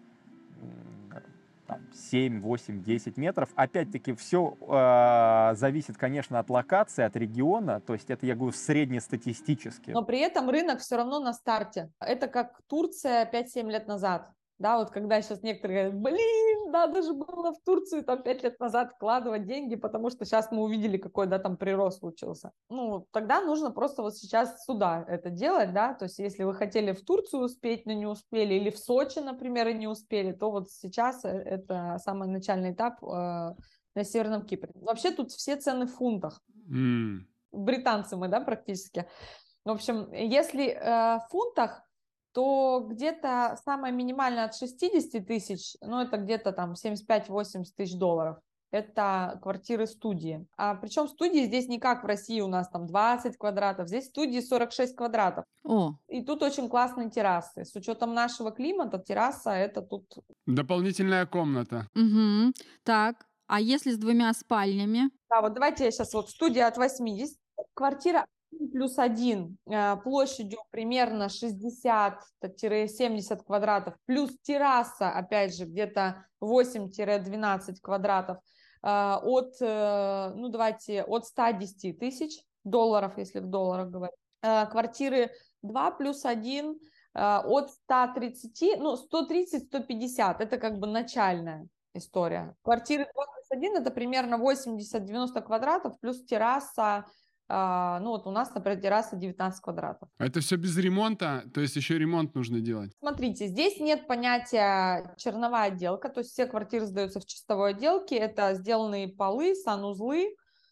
там, семь, восемь, десять метров. Опять-таки, все э, зависит, конечно, от локации, от региона. То есть это, я говорю, среднестатистически. Но при этом рынок все равно на старте. Это как Турция пять-семь лет назад. Да, вот когда сейчас некоторые говорят, блин, надо же было в Турцию там пять лет назад вкладывать деньги, потому что сейчас мы увидели, какой, да, там прирост случился. Ну, тогда нужно просто вот сейчас сюда это делать, да, то есть если вы хотели в Турцию успеть, но не успели, или в Сочи, например, и не успели, то вот сейчас это самый начальный этап э, на Северном Кипре. Вообще тут все цены в фунтах. Mm. Британцы мы, да, практически. В общем, если э, в фунтах, то где-то самое минимальное от шестидесяти тысяч, ну, это где-то там семьдесят пять - восемьдесят тысяч долларов. Это квартиры-студии. А причем студии здесь не как в России, у нас там двадцать квадратов, здесь студии сорок шесть квадратов. О. И тут очень классные террасы. С учетом нашего климата, терраса это тут... Дополнительная комната. Угу. Так, а если с двумя спальнями? Да, вот давайте я сейчас вот студия от восьмидесяти, квартира плюс один, площадью примерно шестьдесят-семьдесят квадратов, плюс терраса, опять же, где-то восемь-двенадцать квадратов, от, ну давайте, от ста десяти тысяч долларов, если в долларах говорить. Квартиры два плюс один от ста тридцати, ну сто тридцать - сто пятьдесят, это как бы начальная история. Квартиры два плюс один это примерно восемьдесят-девяносто квадратов, плюс терраса. Uh, ну вот у нас, например, терраса девятнадцать квадратов. Это все без ремонта, то есть еще ремонт нужно делать? Смотрите, здесь нет понятия черновая отделка, то есть все квартиры сдаются в чистовой отделке, это сделанные полы, санузлы,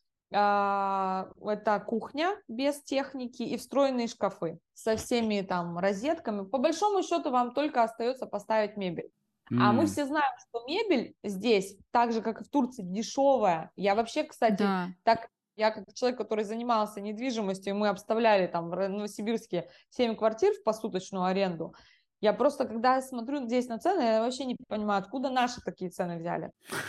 uh, это кухня без техники и встроенные шкафы со всеми там розетками. По большому счету вам только остается поставить мебель. Mm. А мы все знаем, что мебель здесь, так же как и в Турции, дешевая. Я вообще, кстати, да. так... Я как человек, который занимался недвижимостью, мы обставляли там в Новосибирске семь квартир в посуточную аренду. Я просто, когда смотрю здесь на цены, я вообще не понимаю, откуда наши такие цены взяли.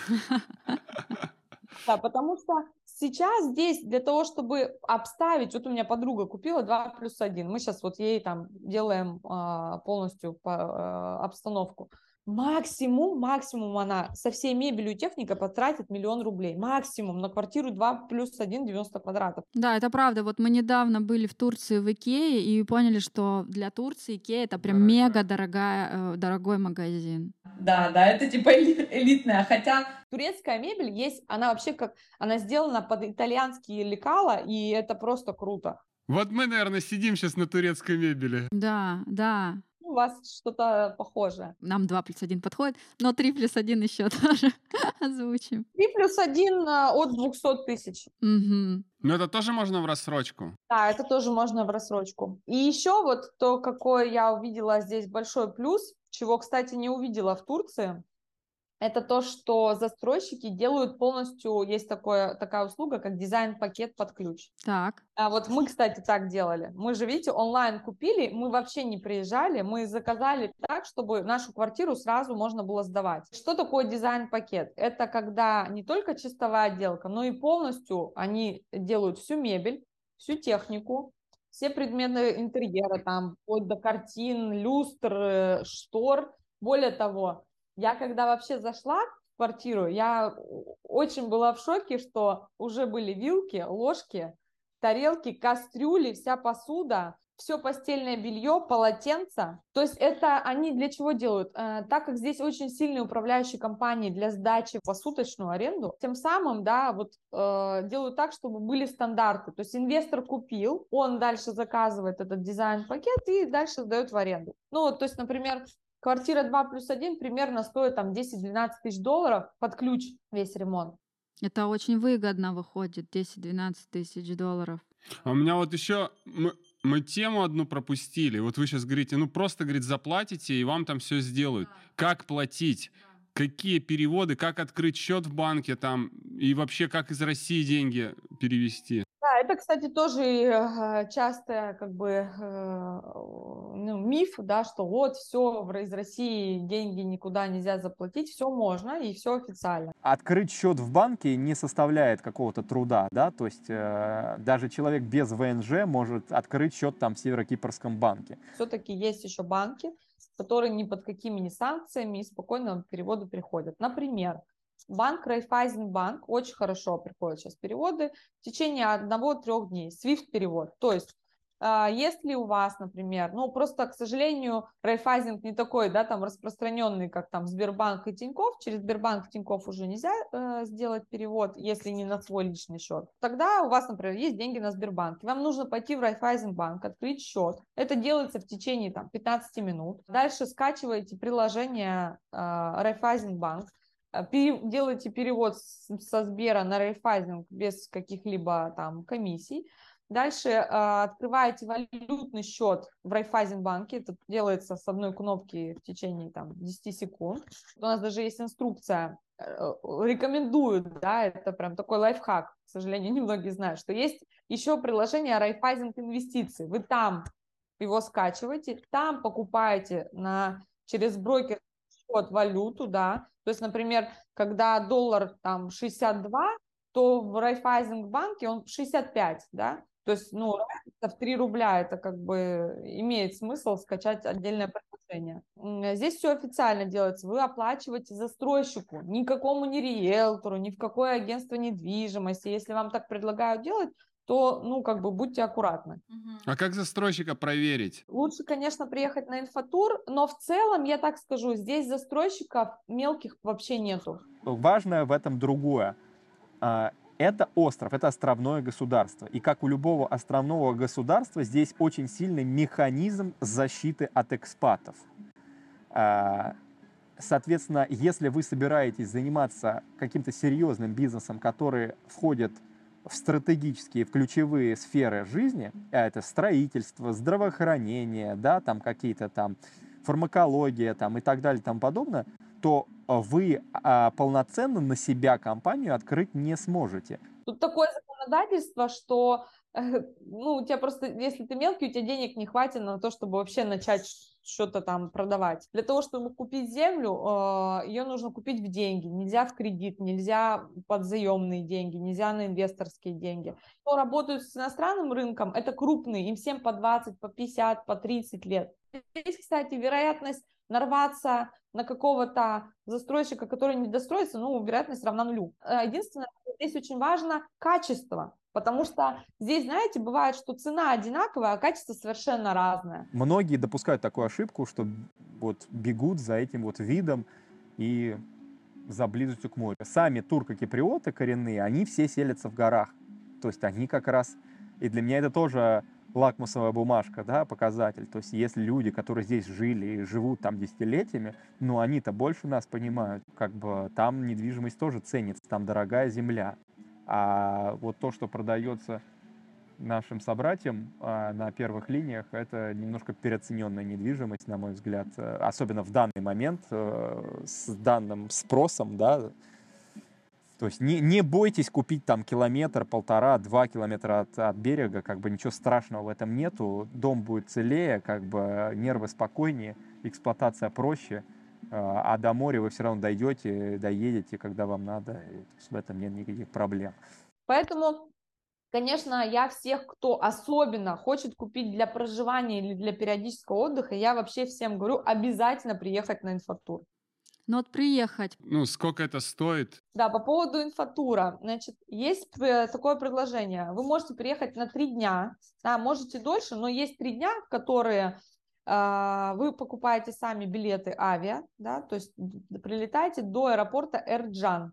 Да, потому что сейчас здесь для того, чтобы обставить, вот у меня подруга купила два плюс один, мы сейчас вот ей там делаем полностью по, обстановку. Максимум, максимум она со всей мебелью и техникой потратит миллион рублей. Максимум на квартиру два плюс один, девяносто квадратов. Да, это правда. Вот мы недавно были в Турции в Икее и поняли, что для Турции Икея это прям Дорогая. мега дорогая, дорогой магазин. Да, да, это типа элитная. Хотя турецкая мебель есть, она вообще как, она сделана под итальянские лекала, и это просто круто. Вот мы, наверное, сидим сейчас на турецкой мебели. Да, да. У вас что-то похожее. Нам два плюс один подходит, но три плюс один еще тоже озвучим. три плюс один от двухсот тысяч. Угу. Но это тоже можно в рассрочку? Да, это тоже можно в рассрочку. И еще вот то, какой я увидела здесь большой плюс, чего, кстати, не увидела в Турции, это то, что застройщики делают полностью, есть такое, такая услуга, как дизайн-пакет под ключ. Так. А вот мы, кстати, так делали. Мы же, видите, онлайн купили, мы вообще не приезжали, мы заказали так, чтобы нашу квартиру сразу можно было сдавать. Что такое дизайн-пакет? Это когда не только чистовая отделка, но и полностью они делают всю мебель, всю технику, все предметы интерьера, там, вплоть до картин, люстр, штор. Более того, я когда вообще зашла в квартиру, я очень была в шоке, что уже были вилки, ложки, тарелки, кастрюли, вся посуда. все постельное белье, полотенца. То есть это они для чего делают? Э, так как здесь очень сильные управляющие компании для сдачи в посуточную аренду, тем самым, да, вот э, делают так, чтобы были стандарты. То есть инвестор купил, он дальше заказывает этот дизайн-пакет и дальше сдает в аренду. Ну, вот, то есть, например, квартира два плюс один примерно стоит там десять-двенадцать тысяч долларов под ключ весь ремонт. Это очень выгодно выходит, десять-двенадцать тысяч долларов. А у меня вот еще... Мы, мы тему одну пропустили. Вот вы сейчас говорите, ну просто, говорит, заплатите, и вам там все сделают. Как платить? Какие переводы? Как открыть счет в банке там? И вообще, как из России деньги перевести? Да, это, кстати, тоже э, часто как бы э, ну, миф, да, что вот все из России деньги никуда нельзя заплатить, все можно и все официально. Открыть счет в банке не составляет какого-то труда, да, то есть э, даже человек без вэ эн жэ может открыть счет там в Северо-Кипрском банке. Все-таки есть еще банки, которые ни под какими ни санкциями и спокойно к переводу приходят. Например, банк Райффайзенбанк очень хорошо приходят сейчас переводы в течение одного-трех дней, свифт перевод. То есть, если у вас, например, ну просто, к сожалению, Райффайзен не такой, да, там распространенный, как там Сбербанк и Тинькофф, через Сбербанк и Тинькофф уже нельзя э, сделать перевод, если не на свой личный счет. Тогда у вас, например, есть деньги на Сбербанке, вам нужно пойти в Райффайзенбанк, открыть счет. Это делается в течение там пятнадцати минут. Дальше скачиваете приложение э, Райффайзенбанк, делаете перевод со Сбера на Райффайзен без каких-либо там комиссий. Дальше э, открываете валютный счет в Райффайзенбанке. Это делается с одной кнопки в течение там, десяти секунд. У нас даже есть инструкция. Э, рекомендуют, да, это прям такой лайфхак. К сожалению, немногие знают, что есть еще приложение Райффайзен Инвестиции. Вы там его скачиваете, там покупаете на, через брокер счет валюту, да. То есть, например, когда доллар там шестьдесят два, то в Райффайзенбанке он шестьдесят пять, да. То есть, ну, разница в три рубля, это как бы имеет смысл скачать отдельное приложение. Здесь все официально делается. Вы оплачиваете застройщику, никакому не риэлтору, ни в какое агентство недвижимости. Если вам так предлагают делать, то, ну, как бы будьте аккуратны. А как застройщика проверить? Лучше, конечно, приехать на инфотур, но в целом, я так скажу, здесь застройщиков мелких вообще нету. Важное в этом другое. Это остров, это островное государство. И как у любого островного государства, здесь очень сильный механизм защиты от экспатов. Соответственно, если вы собираетесь заниматься каким-то серьезным бизнесом, который входит в стратегические, в ключевые сферы жизни, а это строительство, здравоохранение, да, там какие-то там фармакология там, и так далее и тому подобное, то вы а, полноценно на себя компанию открыть не сможете. Тут такое законодательство, что э, ну, у тебя просто, если ты мелкий, у тебя денег не хватит на то, чтобы вообще начать что-то там продавать. Для того, чтобы купить землю, э, ее нужно купить в деньги. Нельзя в кредит, нельзя под заемные деньги, нельзя на инвесторские деньги. Кто работают с иностранным рынком, это крупные, им всем по двадцать, по пятьдесят, по тридцать лет. Здесь, кстати, вероятность нарваться на какого-то застройщика, который не достроится, ну, вероятность равна нулю. Единственное, здесь очень важно качество, потому что здесь, знаете, бывает, что цена одинаковая, а качество совершенно разное. Многие допускают такую ошибку, что вот бегут за этим вот видом и за близостью к морю. Сами турко-киприоты коренные, они все селятся в горах. То есть они как раз, и для меня это тоже лакмусовая бумажка, да, показатель. То есть если люди, которые здесь жили и живут там десятилетиями, ну они-то больше нас понимают. Как бы там недвижимость тоже ценится, там дорогая земля. А вот то, что продается нашим собратьям а, на первых линиях, это немножко переоцененная недвижимость, на мой взгляд. Особенно в данный момент э, с данным спросом, да. То есть не, не бойтесь купить там километр, полтора, два километра от, от берега, как бы ничего страшного в этом нету, дом будет целее, как бы нервы спокойнее, эксплуатация проще, а до моря вы все равно дойдете, доедете, когда вам надо, и в этом нет никаких проблем. Поэтому, конечно, я всех, кто особенно хочет купить для проживания или для периодического отдыха, я вообще всем говорю, обязательно приехать на инфотур. Ну вот приехать. Ну, сколько это стоит? Да, по поводу инфотура. Значит, есть э, такое предложение. Вы можете приехать на три дня, да, можете дольше, но есть три дня, в которые э, вы покупаете сами билеты авиа, да, то есть прилетаете до аэропорта Эрджан.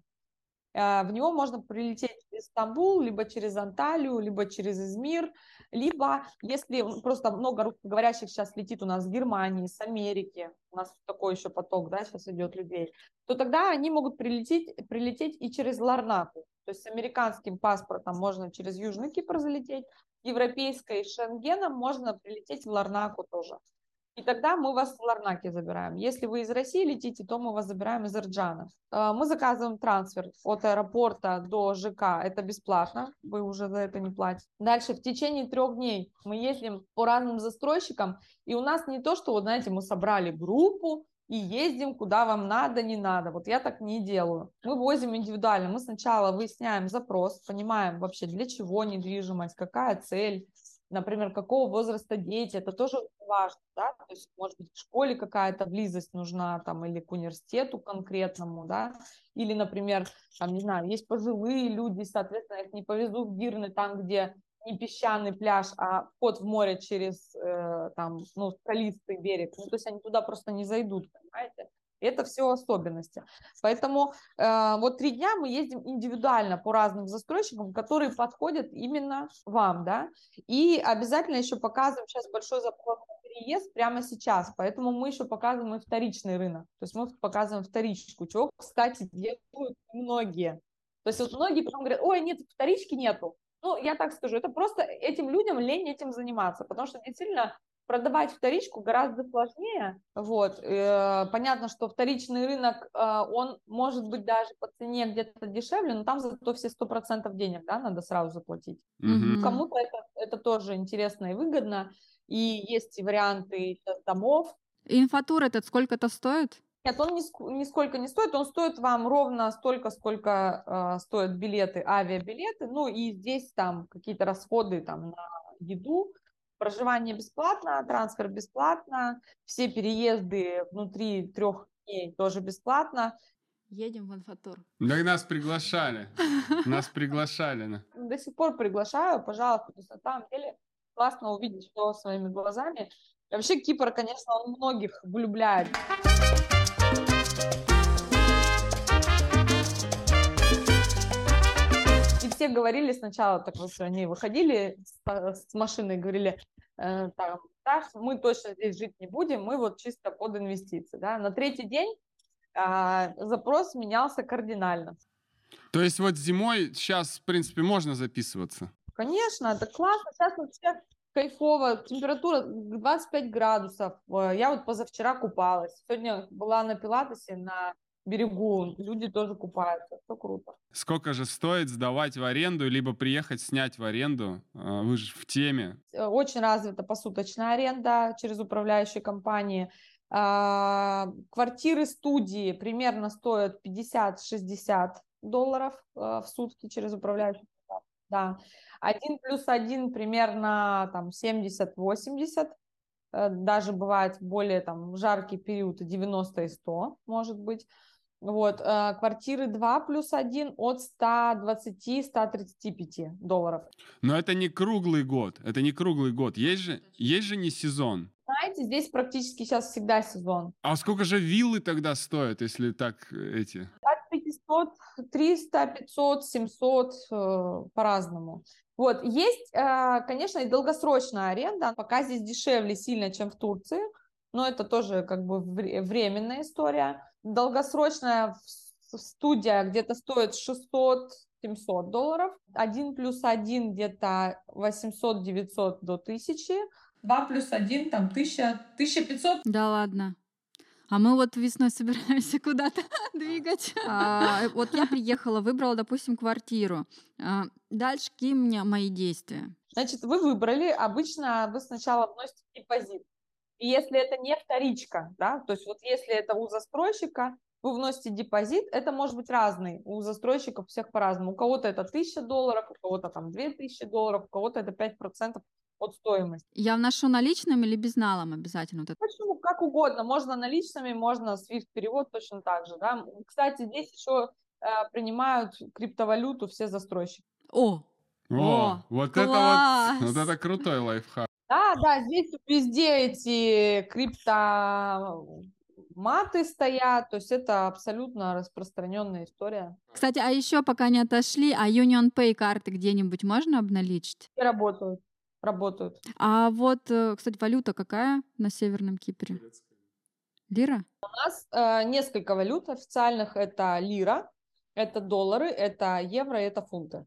Э, в него можно прилететь через Стамбул, либо через Анталию, либо через Измир, либо, если просто много русскоговорящих сейчас летит у нас с Германии, с Америки, у нас такой еще поток, да, сейчас идет людей, то тогда они могут прилететь, прилететь и через Ларнаку. То есть с американским паспортом можно через Южный Кипр залететь, европейской с Шенгеном можно прилететь в Ларнаку тоже. И тогда мы вас в Ларнаке забираем. Если вы из России летите, то мы вас забираем из Эрджана. Мы заказываем трансфер от аэропорта до ЖК. Это бесплатно, вы уже за это не платите. Дальше в течение трех дней мы ездим по разным застройщикам. И у нас не то, что, вот знаете, мы собрали группу и ездим, куда вам надо, не надо. Вот я так не делаю. Мы возим индивидуально. Мы сначала выясняем запрос, понимаем вообще, для чего недвижимость, какая цель. Например, какого возраста дети, это тоже важно, да, то есть, может быть, в школе какая-то близость нужна, там, или к университету конкретному, да, или, например, там, не знаю, есть пожилые люди, соответственно, их не повезу в Гирны, там, где не песчаный пляж, а вход в море через, э, там, ну, скалистый берег, ну, то есть они туда просто не зайдут, понимаете? Это все особенности. Поэтому э, вот три дня мы ездим индивидуально по разным застройщикам, которые подходят именно вам, да. И обязательно еще показываем сейчас большой запрос на переезд прямо сейчас. Поэтому мы еще показываем и вторичный рынок. То есть мы показываем вторичку, чего, кстати, делают многие. То есть вот многие потом говорят: ой, нет, вторички нету. Ну, я так скажу, это просто этим людям лень этим заниматься, потому что действительно продавать вторичку гораздо сложнее, вот, э, понятно, что вторичный рынок, э, он может быть даже по цене где-то дешевле, но там зато все сто процентов денег, да, надо сразу заплатить. Мгм. Кому-то это, это тоже интересно и выгодно, и есть и варианты сейчас домов. Инфотур этот сколько-то стоит? Нет, он ниск- нисколько не стоит, он стоит вам ровно столько, сколько э, стоят билеты, авиабилеты, ну и здесь там какие-то расходы там на еду. Проживание бесплатно, трансфер бесплатно, все переезды внутри трех дней тоже бесплатно. Едем в инфотур. Да нас приглашали. Нас приглашали. на- До сих пор приглашаю, пожалуйста, на самом деле классно увидеть все своими глазами. И вообще Кипр, конечно, он многих влюбляет. И все говорили сначала, так вот, они выходили с, с машины и говорили: э, там, да, мы точно здесь жить не будем, мы вот чисто под инвестиции. Да? На третий день а, запрос менялся кардинально. То есть вот зимой сейчас, в принципе, можно записываться? Конечно, это классно. Сейчас вообще кайфово. Температура двадцать пять градусов. Э, Я вот позавчера купалась. Сегодня была на пилатесе на берегу. Люди тоже купаются. Все круто. Сколько же стоит сдавать в аренду, либо приехать снять в аренду? А, Вы же в теме. Э, Очень развита посуточная аренда через управляющие компании. А, Квартиры студии примерно стоят пятьдесят-шестьдесят долларов э, в сутки через управляющие компании. Да. Один плюс один примерно там семьдесят-восемьдесят. Э, Даже бывает более там жаркий период девяносто и сто, может быть. Вот, э, квартиры два плюс один от ста двадцати - ста тридцати пяти долларов. Но это не круглый год. Это не круглый год. Есть же, есть же не сезон. Знаете, здесь практически сейчас всегда сезон. А сколько же виллы тогда стоят, если так э, эти? От пятисот, триста, пятьсот, семьсот, э, по-разному. Вот, есть, э, конечно, и долгосрочная аренда, пока здесь дешевле сильно, чем в Турции, но это тоже как бы вре- временная история. Долгосрочная в- студия где-то стоит шестьсот-семьсот долларов, один плюс один где-то восемьсот-девятьсот до тысячи, два плюс один там тысяча, тысяча пятьсот. Да ладно. А мы вот весной собираемся куда-то двигать. А, вот я приехала, выбрала, допустим, квартиру. А, дальше какие у меня мои действия? Значит, вы выбрали, обычно вы сначала вносите депозит. И если это не вторичка, да, то есть вот если это у застройщика, вы вносите депозит, это может быть разный, у застройщиков всех по-разному. У кого-то это тысяча долларов, у кого-то там две тысячи долларов, у кого-то это пять процентов от стоимости. Я вношу наличным или безналом обязательно? Вот это. Почему? Как угодно. Можно наличными, можно свифт-перевод точно так же. Да? Кстати, здесь еще э, принимают криптовалюту все застройщики. О, О, О, вот это класс! вот, вот это крутой лайфхак. Да, да, здесь везде эти криптоматы стоят, то есть это абсолютно распространенная история. Кстати, а еще пока не отошли, а UnionPay карты где-нибудь можно обналичить? И работают, работают. А вот, э, кстати, валюта какая на Северном Кипре? Лира? У нас э, несколько валют официальных. Это лира, это доллары, это евро, это фунты.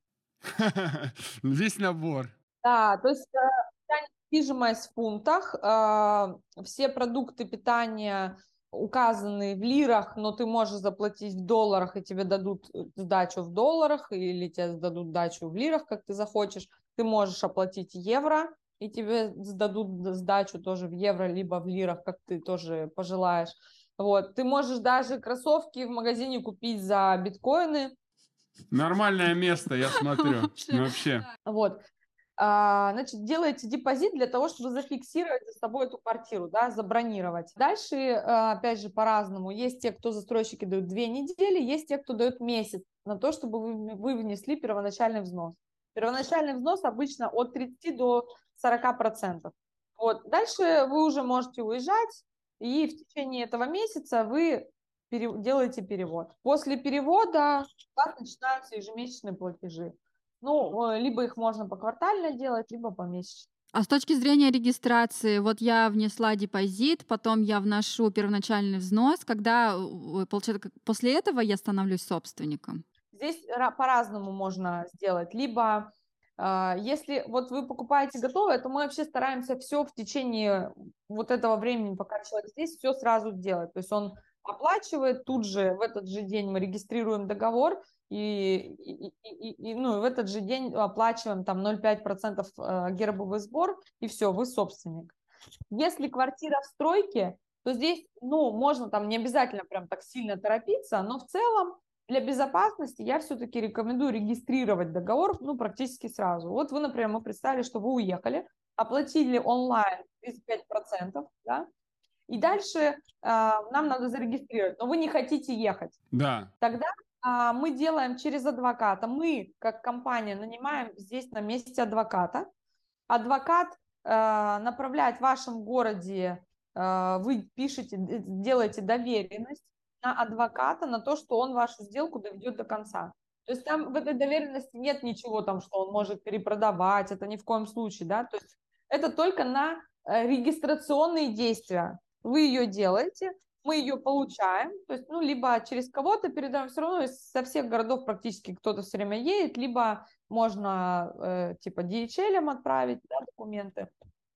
Весь набор. Да, то есть э, вся недвижимость в фунтах, э, все продукты питания указаны в лирах, но ты можешь заплатить в долларах, и тебе дадут сдачу в долларах, или тебе дадут сдачу в лирах, как ты захочешь. Ты можешь оплатить евро, и тебе сдадут сдачу тоже в евро, либо в лирах, как ты тоже пожелаешь. Вот. Ты можешь даже кроссовки в магазине купить за биткоины. Nормальное место, я смотрю. Вообще. Вообще. Вот. А, значит, делаете депозит для того, чтобы зафиксировать за собой эту квартиру, да, забронировать. Дальше, а, опять же, по-разному. Есть те, кто застройщики дают две недели, есть те, кто дают месяц на то, чтобы вы, вы внесли первоначальный взнос. Первоначальный взнос обычно от тридцати до сорока процентов. Вот. Дальше вы уже можете уезжать, и в течение этого месяца вы пере, делаете перевод. После перевода у вас начинаются ежемесячные платежи. Ну, либо их можно поквартально делать, либо помесячно. А с точки зрения регистрации, вот я внесла депозит, потом я вношу первоначальный взнос, когда, э, получается, как- после этого я становлюсь собственником. Здесь ра- по-разному можно сделать. Либо, э, если вот вы покупаете готовое, то мы вообще стараемся все в течение вот этого времени, пока человек здесь, все сразу делать. То есть он оплачивает, тут же в этот же день мы регистрируем договор, и, и, и, и, ну, в этот же день оплачиваем там ноль целых пять десятых процента гербовый сбор, и все, вы собственник. Если квартира в стройке, то здесь, ну, можно там не обязательно прям так сильно торопиться, но в целом для безопасности я все-таки рекомендую регистрировать договор, ну, практически сразу. Вот вы, например, мы представили, что вы уехали, оплатили онлайн тридцать пять процентов, да, и дальше э, нам надо зарегистрировать, но вы не хотите ехать. Да. Тогда э, мы делаем через адвоката. Мы, как компания, нанимаем здесь на месте адвоката. Адвокат э, направляет в вашем городе, э, вы пишете, делаете доверенность на адвоката, на то, что он вашу сделку доведет до конца. То есть там в этой доверенности нет ничего там, что он может перепродавать, это ни в коем случае, да, то есть это только на э, регистрационные действия. Вы ее делаете, мы ее получаем, то есть, ну, либо через кого-то передаем, все равно со всех городов практически кто-то все время едет, либо можно э, типа ди эйч эл отправить, да, документы.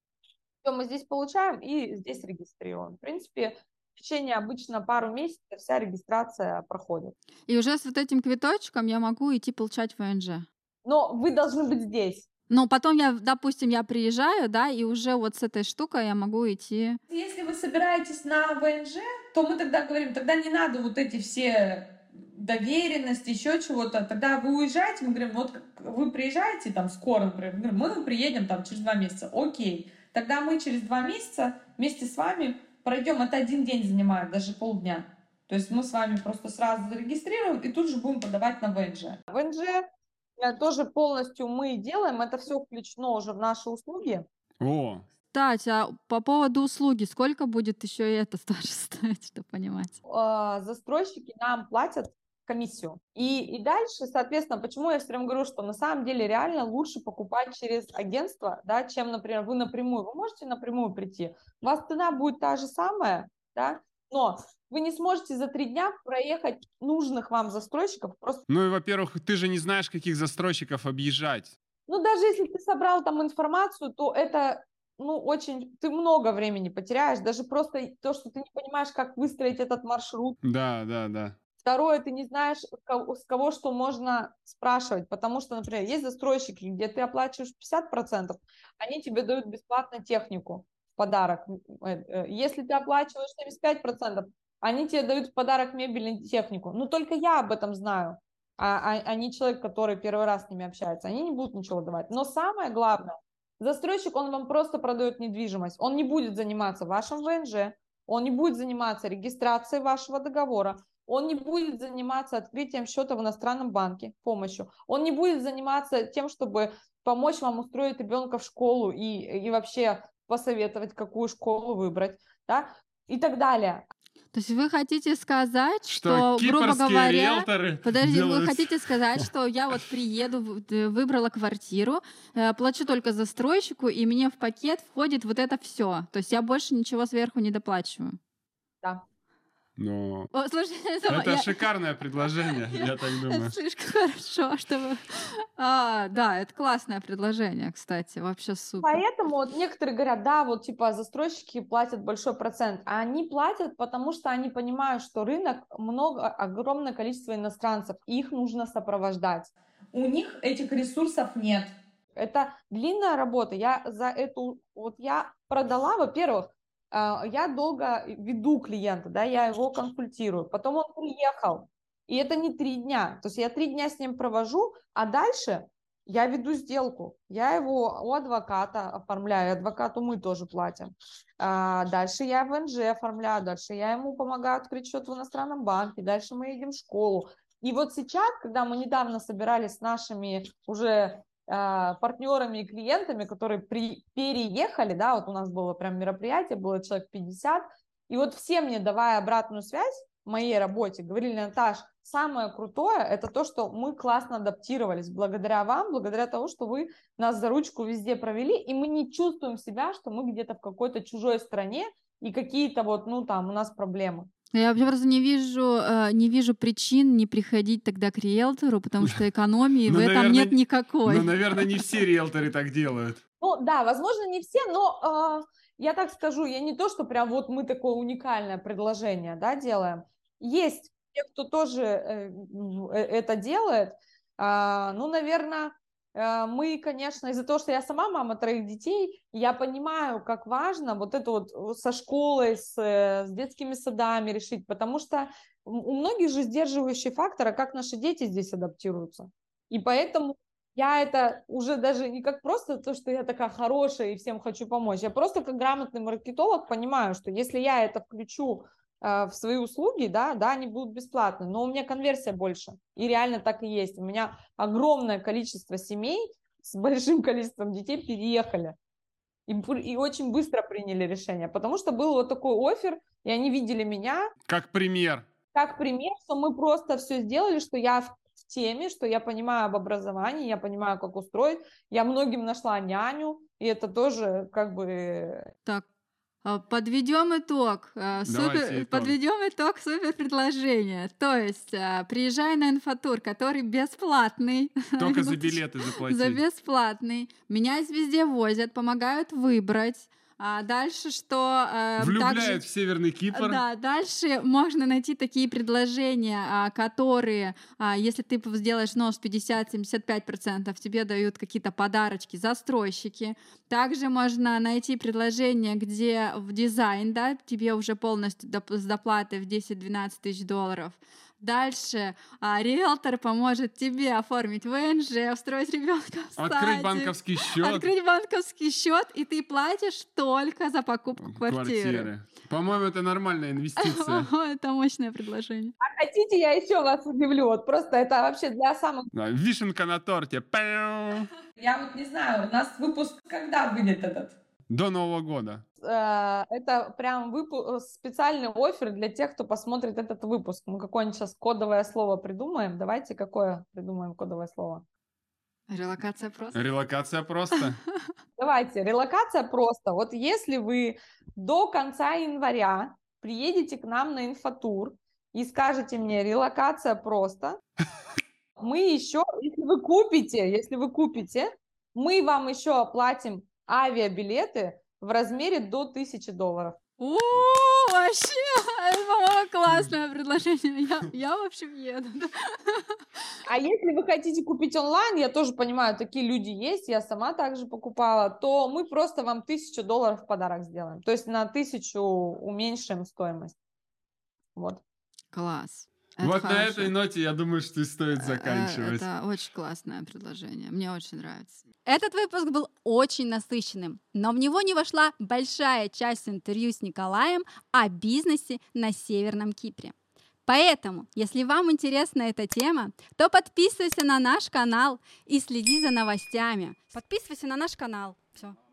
Все мы здесь получаем и здесь регистрируем. В принципе, в течение обычно пару месяцев вся регистрация проходит. И уже с вот этим квиточком я могу идти получать вэ эн жэ. Но вы должны быть здесь. Но потом я, допустим, я приезжаю, да, и уже вот с этой штукой я могу идти. Если вы собираетесь на вэ эн жэ, то мы тогда говорим, тогда не надо вот эти все доверенности, еще чего-то. Тогда вы уезжаете, мы говорим, вот вы приезжаете там скоро, например, мы приедем там через два месяца, окей. Тогда мы через два месяца вместе с вами пройдем, это один день занимает, даже полдня. То есть мы с вами просто сразу зарегистрируем и тут же будем подавать на вэ эн жэ. вэ эн жэ тоже полностью мы делаем, это все включено уже в наши услуги. О, Кстати, а по поводу услуги, сколько будет еще и это тоже стоить, чтобы понимать? Э, застройщики нам платят комиссию. И, и дальше, соответственно, почему я все время говорю, что на самом деле реально лучше покупать через агентство, да, чем, например, вы напрямую. Вы можете напрямую прийти, у вас цена будет та же самая, да, но вы не сможете за три дня проехать нужных вам застройщиков. Просто... ну и, во-первых, ты же не знаешь, каких застройщиков объезжать. Ну, даже если ты собрал там информацию, то это, ну, очень... Ты много времени потеряешь. Даже просто то, что ты не понимаешь, как выстроить этот маршрут. Да, да, да. Второе, ты не знаешь, с кого что можно спрашивать, потому что, например, есть застройщики, где ты оплачиваешь пятьдесят процентов, они тебе дают бесплатно технику в подарок. Если ты оплачиваешь семьдесят пять процентов, они тебе дают в подарок мебель и технику. Но только я об этом знаю, а, а, а не человек, который первый раз с ними общается. Они не будут ничего давать. Но самое главное, Застройщик, он вам просто продает недвижимость. Он не будет заниматься вашим ВНЖ, он не будет заниматься регистрацией вашего договора, он не будет заниматься открытием счета в иностранном банке, помощью. Он не будет заниматься тем, чтобы помочь вам устроить ребенка в школу и, и вообще посоветовать, какую школу выбрать, да, и так далее. То есть вы хотите сказать, Что что, грубо кипрские говоря... риэлторы Подожди, делают- вы хотите сказать, что я вот приеду, в- д- выбрала квартиру, э, плачу только застройщику, и мне в пакет входит вот это все. То есть я больше ничего сверху не доплачиваю. Да. Ну, О, слушай, сама- это я- шикарное предложение, я так Это думаю. слишком хорошо, чтобы... А, да, это классное предложение, кстати, вообще супер. Поэтому вот некоторые говорят, да, вот типа застройщики платят большой процент, а они платят, потому что они понимают, что рынок много, огромное количество иностранцев, и их нужно сопровождать. У них этих ресурсов нет. Это длинная работа. Я за эту, вот я продала, во-первых, а, я долго веду клиента, да, я его консультирую, потом он приехал, и это не три дня, то есть я три дня с ним провожу, а дальше я веду сделку, я его у адвоката оформляю, адвокату мы тоже платим. А, дальше я ВНЖ оформляю, дальше я ему помогаю открыть счет в иностранном банке, дальше мы едем в школу. И вот сейчас, когда мы недавно собирались с нашими уже а, партнерами и клиентами, которые при, переехали, да, вот у нас было прям мероприятие, было человек пятьдесят, и вот все мне, давая обратную связь в моей работе, говорили: Наташ, самое крутое — это то, что мы классно адаптировались благодаря вам, благодаря тому, что вы нас за ручку везде провели, и мы не чувствуем себя, что мы где-то в какой-то чужой стране, и какие-то вот, ну, там, у нас проблемы. Я вообще просто не вижу, э, не вижу причин не приходить тогда к риэлтору, потому что экономии в Ну, этом наверное, нет никакой. Ну, наверное, не все риэлторы так делают. Ну, да, возможно, не все, но э, я так скажу, я не то, что прям вот мы такое уникальное предложение, да, делаем. Есть те, кто тоже э, в- э, это делает. А, ну, наверное, э, мы, конечно, из-за того, что я сама мама троих детей, я понимаю, как важно вот это вот со школой, с, э, с детскими садами решить, потому что у у многих же сдерживающий фактор, а как наши дети здесь адаптируются. И поэтому я это уже даже не как просто то, что я такая хорошая и всем хочу помочь. Я просто как грамотный маркетолог понимаю, что если я это включу э, в свои услуги, да, да, они будут бысплатны, но у меня конверсия больше. И реально так и есть. У меня огромное количество семей с большим количеством детей переехали. И, бу- и очень быстро приняли решение, потому что был вот такой оффер, и они видели меня Как пример. как пример, что мы просто все сделали, что я в в теме, что я понимаю об образовании, я понимаю, как устроить. Я многим нашла няню, и это тоже как бы... Так, подведем итог. э, Давайте Супер, итог. подведем итог супер предложения. То есть э, приезжай на инфотур, который бесплатный. Только за билеты За заплатить. бесплатный. Меня везде возят, помогают выбрать. А дальше что? э, Влюбляют также- в Северный Кипр. Да, дальше можно найти такие предложения, а, которые, а, если ты п- сделаешь взнос пятьдесят-семьдесят пять процентов, тебе дают какие-то подарочки, застройщики. Также можно найти предложения, где в дизайн, да, тебе уже полностью доп- с доплатой в десять-двенадцать тысяч долларов. Дальше а, риэлтор поможет тебе оформить ВНЖ, устроить ребенка в Открыть садик, банковский счет. открыть банковский счет, и ты платишь только за покупку квартиры. По-моему, это нормальная инвестиция. О, это мощное предложение. Хотите, я еще вас удивлю? Вот просто это вообще для самых... Да, вишенка на торте. Пяу. Я вот не знаю, у нас выпуск когда выйдет этот? До Нового года. Э, Это прям выпу- специальный оффер для тех, кто посмотрит этот выпуск. Мы какое-нибудь сейчас кодовое слово придумаем. Давайте какое придумаем кодовое слово? Релокация просто. Релокация просто. Давайте, релокация просто. Вот если вы до конца января приедете к нам на инфотур и скажете мне релокация просто, мы еще, если вы купите, если вы купите, мы вам еще оплатим авиабилеты в размере до тысячи долларов. У, вообще, это, по-моему, классное предложение. Я, я в общем, еду. А если вы хотите купить онлайн, я тоже понимаю, такие люди есть, я сама также покупала, то мы просто вам тысячу долларов в подарок сделаем. То есть на тысячу уменьшим стоимость. Вот. Класс. Это вот на хорошо. этой ноте, я думаю, что и стоит заканчивать. Это очень классное предложение. Мне очень нравится. Этот выпуск был очень насыщенным, но в него не вошла большая часть интервью с Николаем о бизнесе на Северном Кипре. Поэтому, если вам интересна эта тема, то подписывайся на наш канал и следи за новостями. Подписывайся на наш канал. Все.